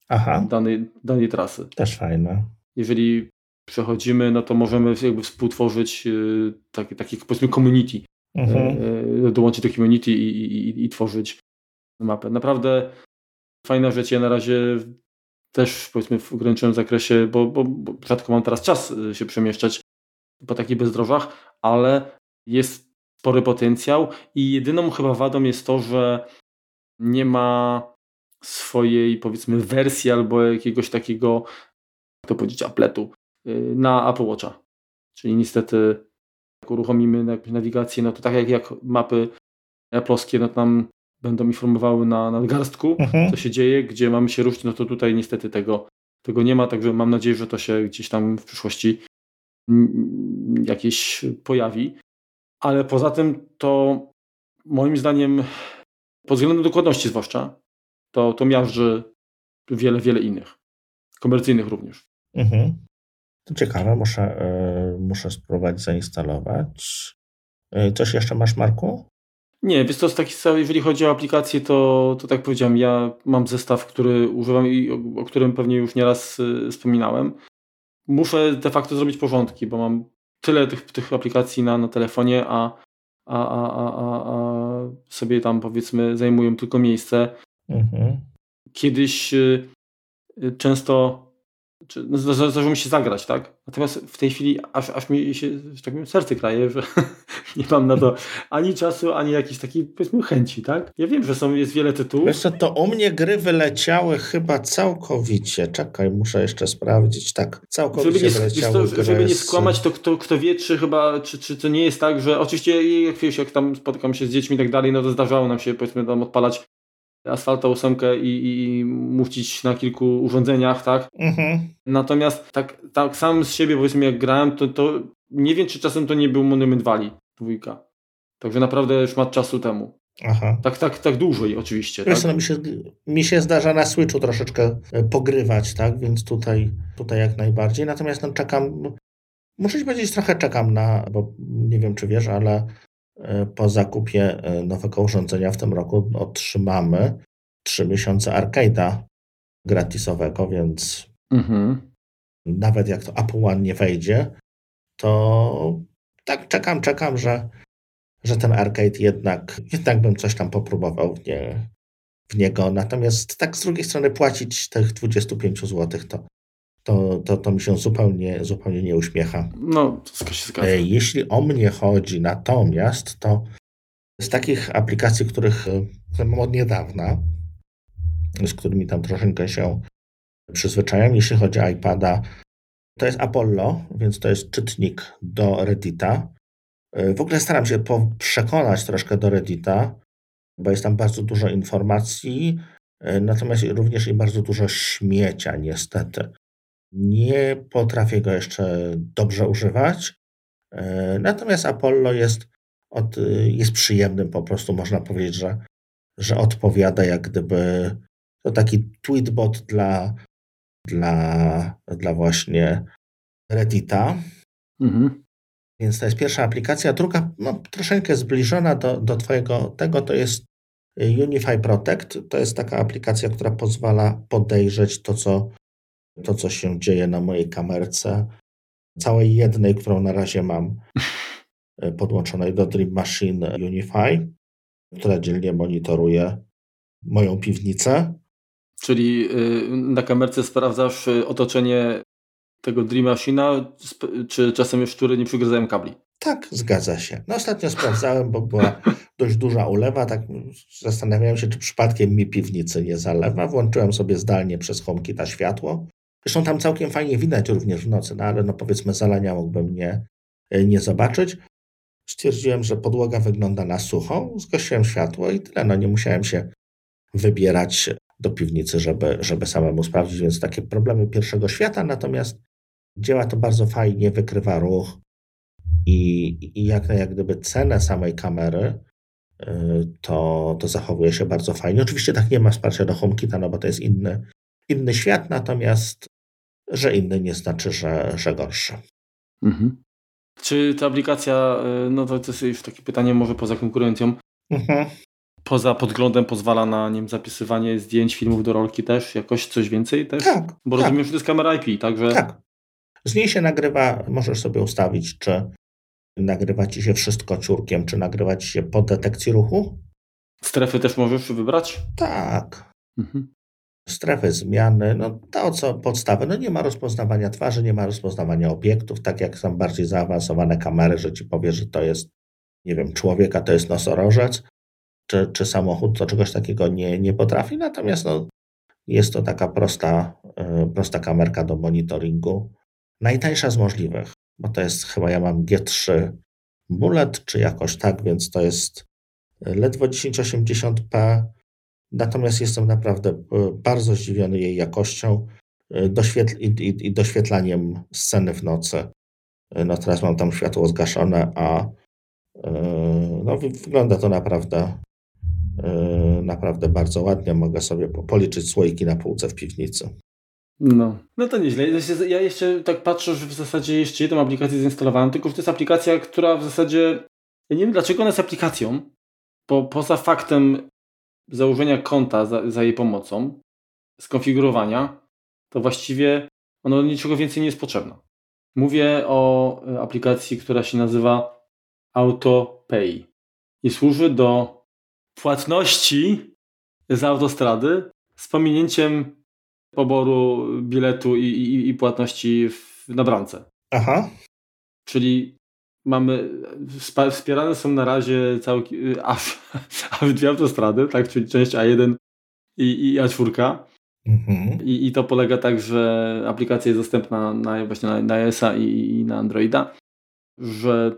B: danej trasy.
A: Też fajne.
B: Jeżeli przechodzimy, no to możemy jakby współtworzyć takie powiedzmy community, dołączyć do community i tworzyć mapę. Naprawdę fajna rzecz. Ja na razie też powiedzmy w ograniczonym zakresie, bo rzadko mam teraz czas się przemieszczać po takich bezdrożach, ale jest spory potencjał i jedyną chyba wadą jest to, że nie ma swojej powiedzmy wersji albo jakiegoś takiego, jak to powiedzieć, apletu na Apple Watcha. Czyli niestety jak uruchomimy nawigację, no to tak jak mapy Apple'owskie, no tam będą informowały na nadgarstku, co się dzieje, gdzie mamy się ruszyć, no to tutaj niestety tego nie ma, także mam nadzieję, że to się gdzieś tam w przyszłości jakieś pojawi. Ale poza tym to moim zdaniem pod względem dokładności zwłaszcza to miażdży wiele innych. Komercyjnych również.
A: To ciekawe, muszę spróbować zainstalować. Coś jeszcze masz, Marku?
B: Nie, wiesz co, jeżeli chodzi o aplikacje, to tak powiedziałem, ja mam zestaw, który używam i o którym pewnie już nieraz wspominałem. Muszę de facto zrobić porządki, bo mam tyle tych aplikacji na telefonie, a sobie tam powiedzmy zajmują tylko miejsce. Kiedyś często zdarzyło mi się zagrać, tak? Natomiast w tej chwili aż mi się, że tak powiem, serce kraje, że nie mam na to ani czasu, ani jakiejś takiej, powiedzmy, chęci, tak? Ja wiem, że jest wiele tytułów.
A: Wiesz co, to u mnie gry wyleciały chyba całkowicie. Czekaj, muszę jeszcze sprawdzić. Tak, całkowicie wyleciały gry.
B: Żeby nie skłamać, to kto wie, czy to nie jest tak, że oczywiście jak tam spotykam się z dziećmi i tak dalej, no to zdarzało nam się, powiedzmy, tam odpalać Asfalta 8 i mucić na kilku urządzeniach, tak? Natomiast tak sam z siebie, powiedzmy, jak grałem, to nie wiem, czy czasem to nie był Monument Valley 2. Także naprawdę już ma czasu temu. Tak dłużej oczywiście.
A: Wiesz, tak? Mi się zdarza na Switchu troszeczkę pogrywać, tak? Więc tutaj jak najbardziej. Natomiast czekam, muszę ci powiedzieć, trochę czekam bo nie wiem, czy wiesz, ale po zakupie nowego urządzenia w tym roku otrzymamy 3 miesiące arcade'a gratisowego, więc nawet jak to Apple One nie wejdzie, to tak czekam, że ten arcade jednak bym coś tam popróbował w niego. Natomiast tak z drugiej strony płacić tych 25 zł to mi się zupełnie nie uśmiecha.
B: No, to się zgadza.
A: Jeśli o mnie chodzi natomiast, to z takich aplikacji, których mam od niedawna, z którymi tam troszeczkę się przyzwyczajam, jeśli chodzi o iPada, to jest Apollo, więc to jest czytnik do Reddita. W ogóle staram się przekonać troszkę do Reddita, bo jest tam bardzo dużo informacji, natomiast również i bardzo dużo śmiecia niestety. Nie potrafię go jeszcze dobrze używać, natomiast Apollo jest przyjemnym, po prostu można powiedzieć, że odpowiada jak gdyby to taki tweetbot dla właśnie Reddita. Więc to jest pierwsza aplikacja. Druga, troszeczkę zbliżona do twojego tego, to jest Unify Protect. To jest taka aplikacja, która pozwala podejrzeć to, co się dzieje na mojej kamerce. Całej jednej, którą na razie mam podłączonej do Dream Machine Unify, która dzielnie monitoruje moją piwnicę.
B: Czyli na kamerce sprawdzasz otoczenie tego Dream Machine'a, czy czasem już szczury nie przygryzają kabli?
A: Tak, zgadza się. No ostatnio sprawdzałem, bo była dość duża ulewa, tak zastanawiałem się, czy przypadkiem mi piwnicy nie zalewa. Włączyłem sobie zdalnie przez HomeKita światło Zresztą tam całkiem fajnie widać również w nocy, no ale no powiedzmy zalania mógłbym nie zobaczyć. Stwierdziłem, że podłoga wygląda na suchą, zgasiłem światło i tyle. No nie musiałem się wybierać do piwnicy, żeby samemu sprawdzić, więc takie problemy pierwszego świata, natomiast działa to bardzo fajnie, wykrywa ruch i jak gdyby cenę samej kamery to zachowuje się bardzo fajnie. Oczywiście tak nie ma wsparcia do HomeKita, no bo to jest inny świat, natomiast że inny nie znaczy, że gorszy.
B: Mhm. Czy ta aplikacja, no to jest już takie pytanie może poza konkurencją, poza podglądem pozwala na zapisywanie zdjęć, filmów do rolki też, jakoś coś więcej też?
A: Tak.
B: Bo rozumiem, że to jest kamera IP, także...
A: Tak. Z niej się nagrywa, możesz sobie ustawić, czy nagrywa ci się wszystko ciurkiem, czy nagrywa ci się po detekcji ruchu.
B: Strefy też możesz wybrać?
A: Tak. Strefy zmiany, no to co podstawy, no nie ma rozpoznawania twarzy, nie ma rozpoznawania obiektów, tak jak są bardziej zaawansowane kamery, że ci powie, że to jest, nie wiem, człowiek, a to jest nosorożec, czy samochód, to czegoś takiego nie potrafi, natomiast no, jest to taka prosta kamerka do monitoringu, najtańsza z możliwych, bo to jest chyba, ja mam G3 Bullet, czy jakoś tak, więc to jest ledwo 1080p, natomiast jestem naprawdę bardzo zdziwiony jej jakością i doświetlaniem sceny w nocy. No teraz mam tam światło zgaszone, a no, wygląda to naprawdę bardzo ładnie. Mogę sobie policzyć słoiki na półce w piwnicy.
B: No to nieźle. Ja jeszcze tak patrzę, że w zasadzie jeszcze jedną aplikację zainstalowałem, tylko że to jest aplikacja, która w zasadzie... Ja nie wiem, dlaczego ona jest aplikacją, bo poza faktem założenia konta za jej pomocą, skonfigurowania, to właściwie ona do niczego więcej nie jest potrzebna. Mówię o aplikacji, która się nazywa AutoPay i służy do płatności z autostrady z pominięciem poboru biletu i płatności na bramce.
A: Aha.
B: Czyli wspierane są na razie aż dwie autostrady, tak, czyli część A1 i A4. I to polega tak, że aplikacja jest dostępna właśnie na iOS-a i na Androida, że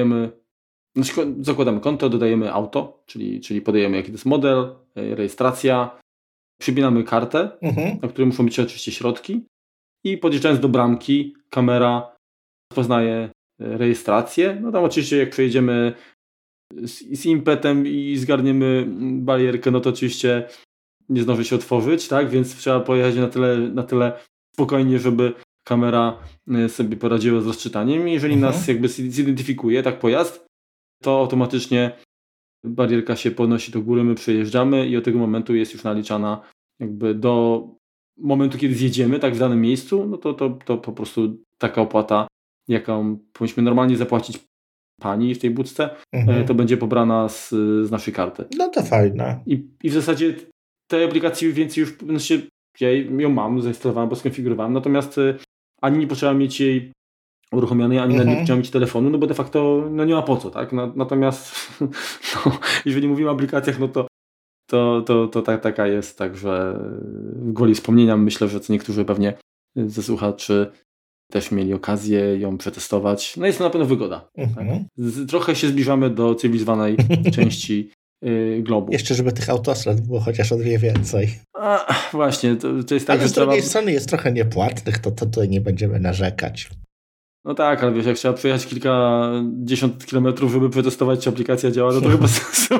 B: zakładamy konto, dodajemy auto, czyli podajemy jaki to jest model, rejestracja, przybinamy kartę, na której muszą być oczywiście środki i podjeżdżając do bramki, kamera poznaje rejestrację. No tam oczywiście jak przejedziemy z impetem i zgarniemy barierkę, no to oczywiście nie zdąży się otworzyć, tak? Więc trzeba pojechać na tyle spokojnie, żeby kamera sobie poradziła z rozczytaniem. I jeżeli nas jakby zidentyfikuje, tak, pojazd, to automatycznie barierka się podnosi do góry, my przejeżdżamy i od tego momentu jest już naliczana jakby do momentu, kiedy zjedziemy, tak, w danym miejscu, no to po prostu taka opłata, jaką powinniśmy normalnie zapłacić pani w tej budce, to będzie pobrana z naszej karty.
A: No to fajne.
B: I w zasadzie tej aplikacji więcej już, znaczy ja ją mam, zainstalowałem, bo skonfigurowałem, natomiast ani nie potrzeba mieć jej uruchomionej, ani nie potrzeba mieć telefonu, no bo de facto no nie ma po co, tak? Natomiast no, jeżeli mówimy o aplikacjach, no to taka jest, także w gwoli wspomnienia myślę, że co niektórzy pewnie ze słuchaczy też mieli okazję ją przetestować. No jest to na pewno wygoda. Tak? Trochę się zbliżamy do cywilizowanej części globu.
A: Jeszcze, żeby tych autostrad było chociaż o 2 więcej.
B: Właśnie, to jest tak,
A: ale z drugiej strony jest trochę niepłatnych, to tutaj nie będziemy narzekać.
B: No tak, ale wiesz, jak trzeba przejechać kilkadziesiąt kilometrów, żeby przetestować, czy aplikacja działa, to chyba sensu.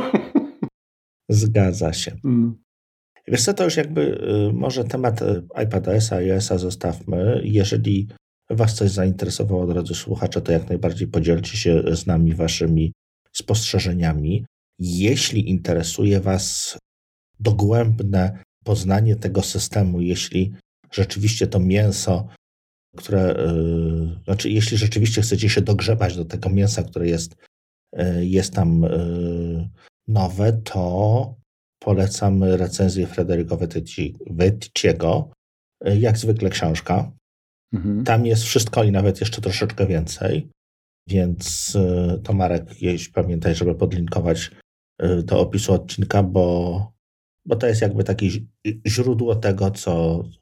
A: Zgadza się. Wiesz co, to już jakby może temat iPadOS-a i iOS-a zostawmy. Jeżeli was coś zainteresowało, drodzy słuchacze, to jak najbardziej podzielcie się z nami waszymi spostrzeżeniami. Jeśli interesuje was dogłębne poznanie tego systemu, jeśli rzeczywiście to mięso, jeśli rzeczywiście chcecie się dogrzebać do tego mięsa, które jest tam nowe, to polecamy recenzję Federico Vetticiego. Jak zwykle książka. Tam jest wszystko i nawet jeszcze troszeczkę więcej. Więc to Marek, pamiętaj, żeby podlinkować do opisu odcinka, bo to jest jakby takie źródło tego,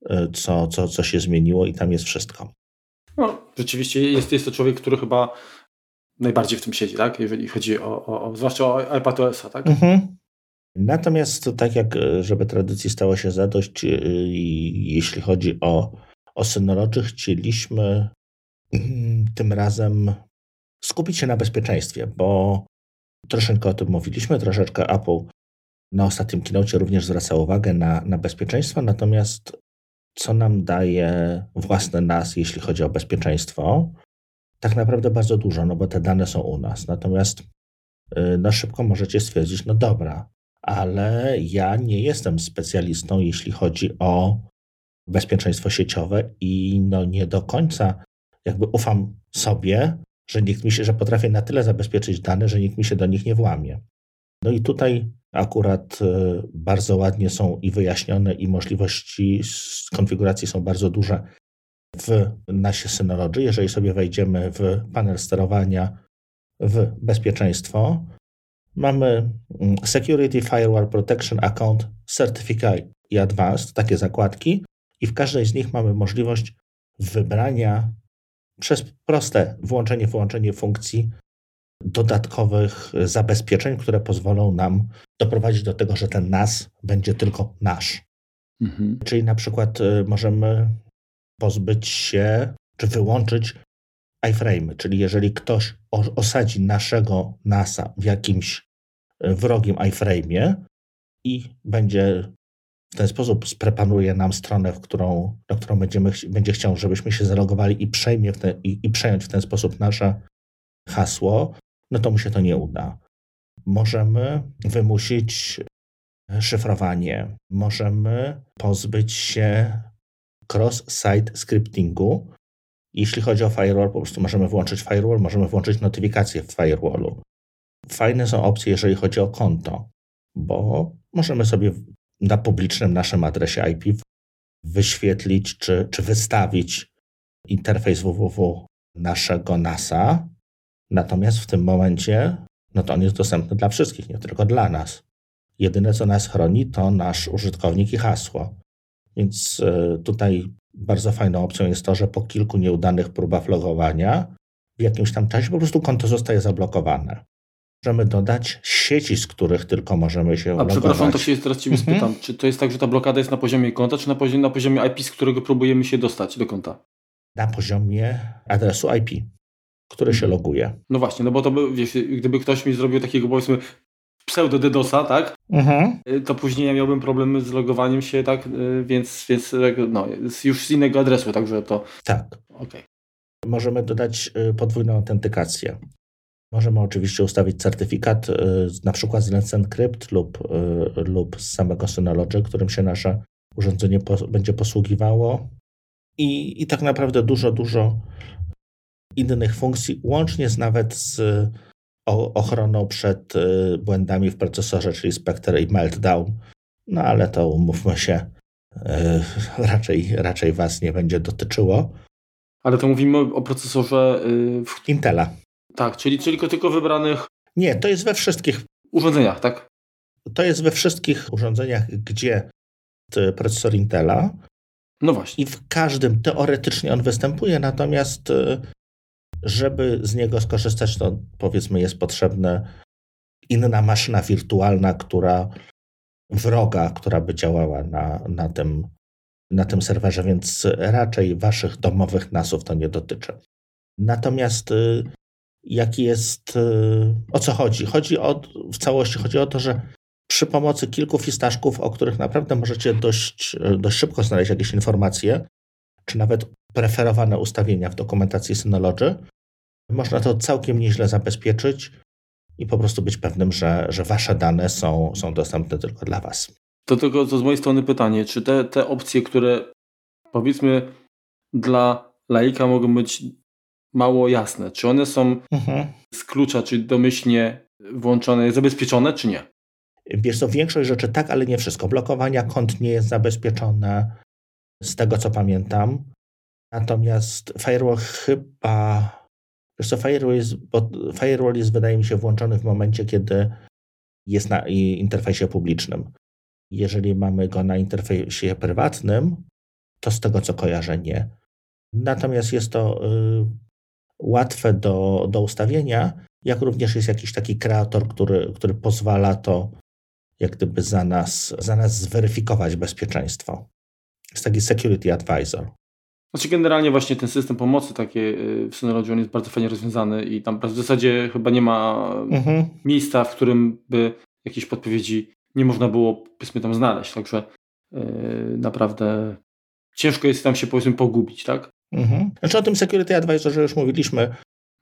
A: co się zmieniło i tam jest wszystko.
B: No, rzeczywiście jest to człowiek, który chyba najbardziej w tym siedzi, tak? Jeżeli chodzi zwłaszcza o iPadOS-a, tak?
A: Mhm. Natomiast tak jak, żeby tradycji stało się zadość, jeśli chodzi o Synology, chcieliśmy tym razem skupić się na bezpieczeństwie, bo troszeczkę o tym mówiliśmy, troszeczkę Apple na ostatnim keynocie również zwraca uwagę na bezpieczeństwo, natomiast co nam daje własne NAS, jeśli chodzi o bezpieczeństwo? Tak naprawdę bardzo dużo, no bo te dane są u nas. Natomiast szybko możecie stwierdzić, no dobra, ale ja nie jestem specjalistą, jeśli chodzi o bezpieczeństwo sieciowe i no nie do końca jakby ufam sobie, że potrafię na tyle zabezpieczyć dane, że nikt mi się do nich nie włamie. No i tutaj akurat bardzo ładnie są i wyjaśnione i możliwości z konfiguracji są bardzo duże w NASie Synology. Jeżeli sobie wejdziemy w panel sterowania, w bezpieczeństwo, mamy Security, Firewall, Protection, Account, Certificate i Advanced, takie zakładki i w każdej z nich mamy możliwość wybrania przez proste wyłączenie funkcji dodatkowych zabezpieczeń, które pozwolą nam doprowadzić do tego, że ten NAS będzie tylko nasz. Mhm. Czyli na przykład możemy pozbyć się czy wyłączyć iframe'y, czyli jeżeli ktoś osadzi naszego NAS-a w jakimś wrogim iframe'ie i w ten sposób sprepanuje nam stronę, na którą będzie chciał, żebyśmy się zalogowali i przejąć w ten sposób nasze hasło, no to mu się to nie uda. Możemy wymusić szyfrowanie, możemy pozbyć się cross-site scriptingu. Jeśli chodzi o firewall, po prostu możemy włączyć firewall, możemy włączyć notyfikacje w firewallu. Fajne są opcje, jeżeli chodzi o konto, bo możemy sobie na publicznym naszym adresie IP wyświetlić czy wystawić interfejs www naszego NAS-a. Natomiast w tym momencie no to on jest dostępny dla wszystkich, nie tylko dla nas. Jedyne, co nas chroni, to nasz użytkownik i hasło. Więc tutaj bardzo fajną opcją jest to, że po kilku nieudanych próbach logowania w jakimś tam czasie po prostu konto zostaje zablokowane. Możemy dodać sieci, z których tylko możemy się logować.
B: Przepraszam, to się teraz Ciebie spytam. Czy to jest tak, że ta blokada jest na poziomie konta, czy na poziomie IP, z którego próbujemy się dostać do konta?
A: Na poziomie adresu IP, który się loguje.
B: No właśnie, no bo to by, wiesz, gdyby ktoś mi zrobił takiego, powiedzmy, pseudo-DDoSa, tak? To później ja miałbym problemy z logowaniem się, tak? Więc no, już z innego adresu, także to...
A: Tak.
B: Okay.
A: Możemy dodać podwójną autentykację. Możemy oczywiście ustawić certyfikat, na przykład z Let's Encrypt lub z samego Synology, którym się nasze urządzenie będzie posługiwało. I tak naprawdę dużo innych funkcji, łącznie nawet z ochroną przed błędami w procesorze, czyli Spectre i Meltdown. No ale to umówmy się, raczej Was nie będzie dotyczyło.
B: Ale to mówimy o procesorze
A: Intela.
B: Tak, czyli tylko wybranych...
A: Nie, to jest we wszystkich
B: urządzeniach, tak?
A: To jest we wszystkich urządzeniach, gdzie procesor Intela.
B: No właśnie.
A: I w każdym teoretycznie on występuje, natomiast żeby z niego skorzystać, to powiedzmy jest potrzebna inna maszyna wirtualna, która by działała na tym serwerze, więc raczej waszych domowych NAS-ów to nie dotyczy. Natomiast o co chodzi? W całości chodzi o to, że przy pomocy kilku fistaszków, o których naprawdę możecie dość szybko znaleźć jakieś informacje, czy nawet preferowane ustawienia w dokumentacji Synology, można to całkiem nieźle zabezpieczyć i po prostu być pewnym, że wasze dane są dostępne tylko dla was.
B: To z mojej strony pytanie, czy te opcje, które powiedzmy dla laika mogą być mało jasne, czy one są z klucza, czy domyślnie włączone, zabezpieczone, czy nie?
A: Wiesz co, większość rzeczy tak, ale nie wszystko. Blokowania kont nie jest zabezpieczone, z tego co pamiętam. Natomiast firewall firewall jest, wydaje mi się, włączony w momencie, kiedy jest na interfejsie publicznym. Jeżeli mamy go na interfejsie prywatnym, to z tego co kojarzę nie. Natomiast jest to łatwe do ustawienia, jak również jest jakiś taki kreator, który pozwala to jak gdyby za nas zweryfikować bezpieczeństwo. Jest taki security advisor.
B: Znaczy generalnie właśnie ten system pomocy takie w Synology on jest bardzo fajnie rozwiązany i tam w zasadzie chyba nie ma miejsca, w którym by jakieś podpowiedzi nie można było powiedzmy tam znaleźć. Także naprawdę ciężko jest tam się powiedzmy pogubić, tak?
A: Znaczy o tym security advisorze już mówiliśmy.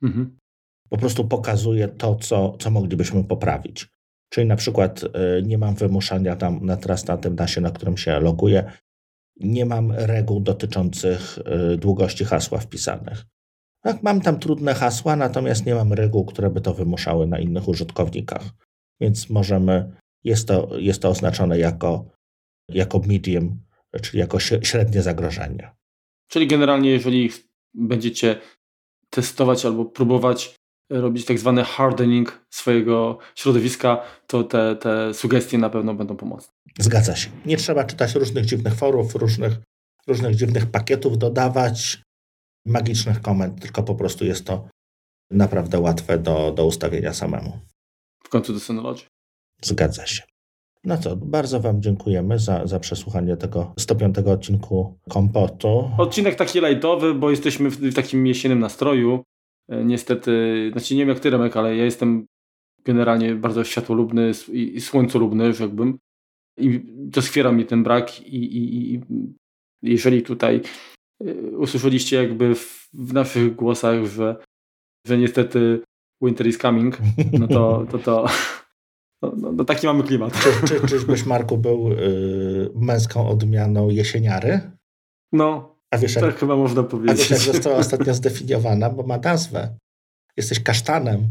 A: Po prostu pokazuje to, co moglibyśmy poprawić. Czyli na przykład nie mam wymuszania tam na tym NASie, na którym się loguję. Nie mam reguł dotyczących długości hasła wpisanych. Tak, mam tam trudne hasła, natomiast nie mam reguł, które by to wymuszały na innych użytkownikach. Więc jest to oznaczone jako medium, czyli jako średnie zagrożenie.
B: Czyli generalnie jeżeli będziecie testować albo próbować robić tak zwany hardening swojego środowiska, to te sugestie na pewno będą pomocne.
A: Zgadza się. Nie trzeba czytać różnych dziwnych forów, różnych dziwnych pakietów dodawać, magicznych komend, tylko po prostu jest to naprawdę łatwe do ustawienia samemu.
B: W końcu do Synology.
A: Zgadza się. No co, bardzo Wam dziękujemy za przesłuchanie tego 105 odcinku Kompotu.
B: Odcinek taki lightowy, bo jesteśmy w takim jesiennym nastroju. Niestety, znaczy nie wiem jak ty, Remek, ale ja jestem generalnie bardzo światłolubny i słońcolubny, rzekłbym. I to skwiera mnie ten brak i jeżeli tutaj usłyszeliście jakby w naszych głosach, że niestety winter is coming, no to no taki mamy klimat.
A: Czyżbyś, Marku, był męską odmianą jesieniary?
B: No,
A: a wiesz,
B: tak chyba można powiedzieć.
A: A wiesz, jak została ostatnio zdefiniowana, bo ma nazwę. Jesteś kasztanem.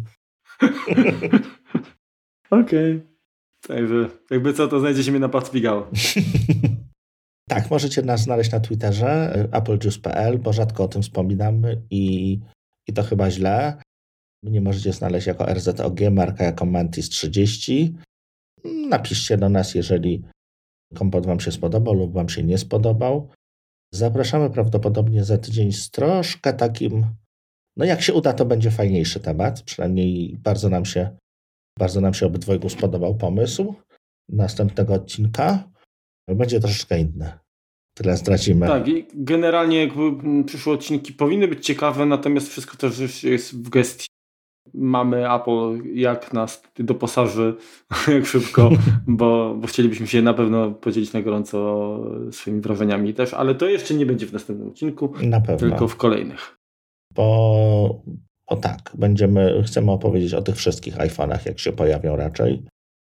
B: Okej. Także jakby co, to znajdziecie mnie na Pacwigał.
A: Tak, możecie nas znaleźć na Twitterze applejuice.pl, bo rzadko o tym wspominamy i to chyba źle. Mnie możecie znaleźć jako RZOG, Marka jako Mantis30. Napiszcie do nas, jeżeli kompot Wam się spodobał lub Wam się nie spodobał. Zapraszamy prawdopodobnie za tydzień z troszkę takim, no jak się uda, to będzie fajniejszy temat. Przynajmniej bardzo nam się obydwojgu spodobał pomysł następnego odcinka. Będzie troszeczkę inny. Tyle zdradzimy.
B: Tak, i generalnie jakby przyszłe odcinki powinny być ciekawe, natomiast wszystko też jest w gestii. Mamy Apple, jak nas doposaży, jak szybko, bo chcielibyśmy się na pewno podzielić na gorąco swoimi wrażeniami też, ale to jeszcze nie będzie w następnym odcinku,
A: na pewno.
B: Tylko w kolejnych.
A: Bo tak, chcemy opowiedzieć o tych wszystkich iPhone'ach, jak się pojawią raczej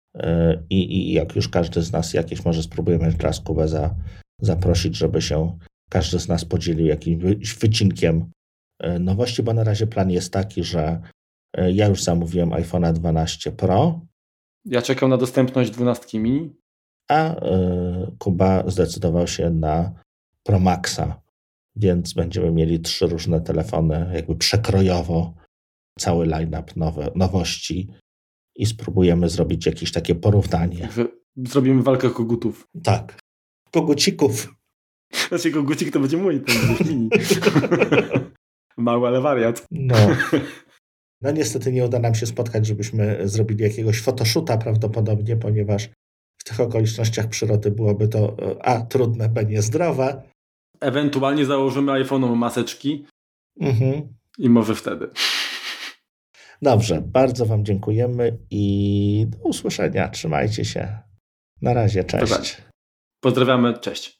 A: i jak już każdy z nas jakieś, może spróbujemy teraz Kubę zaprosić, żeby się każdy z nas podzielił jakimś wycinkiem nowości, bo na razie plan jest taki, że ja już zamówiłem iPhone'a 12 Pro.
B: Ja czekam na dostępność 12 mini.
A: A Kuba zdecydował się na Pro Maxa, więc będziemy mieli 3 różne telefony, jakby przekrojowo, cały line-up nowości i spróbujemy zrobić jakieś takie porównanie.
B: Także zrobimy walkę kogutów.
A: Tak. Kogucików.
B: Znaczy kogucik to będzie mój, ten będzie mini. Mały, ale wariat.
A: No niestety nie uda nam się spotkać, żebyśmy zrobili jakiegoś photoshoota prawdopodobnie, ponieważ w tych okolicznościach przyrody byłoby to A, trudne, B, niezdrowe.
B: Ewentualnie założymy iPhone'om maseczki i może wtedy.
A: Dobrze, bardzo Wam dziękujemy i do usłyszenia. Trzymajcie się. Na razie, cześć.
B: Dobra. Pozdrawiamy, cześć.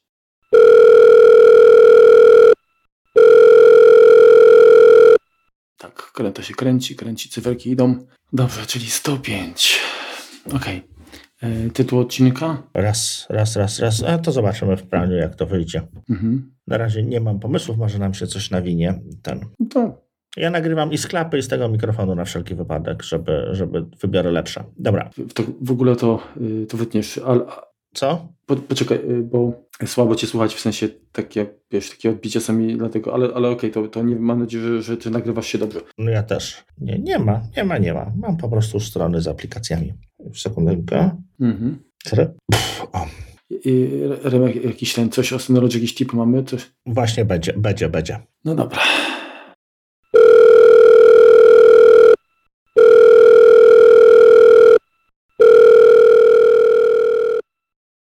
B: Tak, to się kręci, cyferki idą. Dobrze, czyli 105. Okej. Tytuł odcinka?
A: Raz. A to zobaczymy w praniu, jak to wyjdzie. Na razie nie mam pomysłów, może nam się coś nawinie. Ja nagrywam i z klapy, i z tego mikrofonu na wszelki wypadek, żeby wybiorę lepsze. Dobra.
B: W ogóle to wytniesz.
A: Co?
B: Poczekaj, bo słabo cię słuchać, w sensie takie odbicia sami, dlatego, ale okej, to nie, mam nadzieję, że ty nagrywasz się dobrze.
A: No ja też. Nie ma. Mam po prostu strony z aplikacjami. Sekundkę.
B: Remek, jakiś ten coś o Synology, jakiś tip mamy? Coś?
A: Właśnie będzie.
B: No dobra.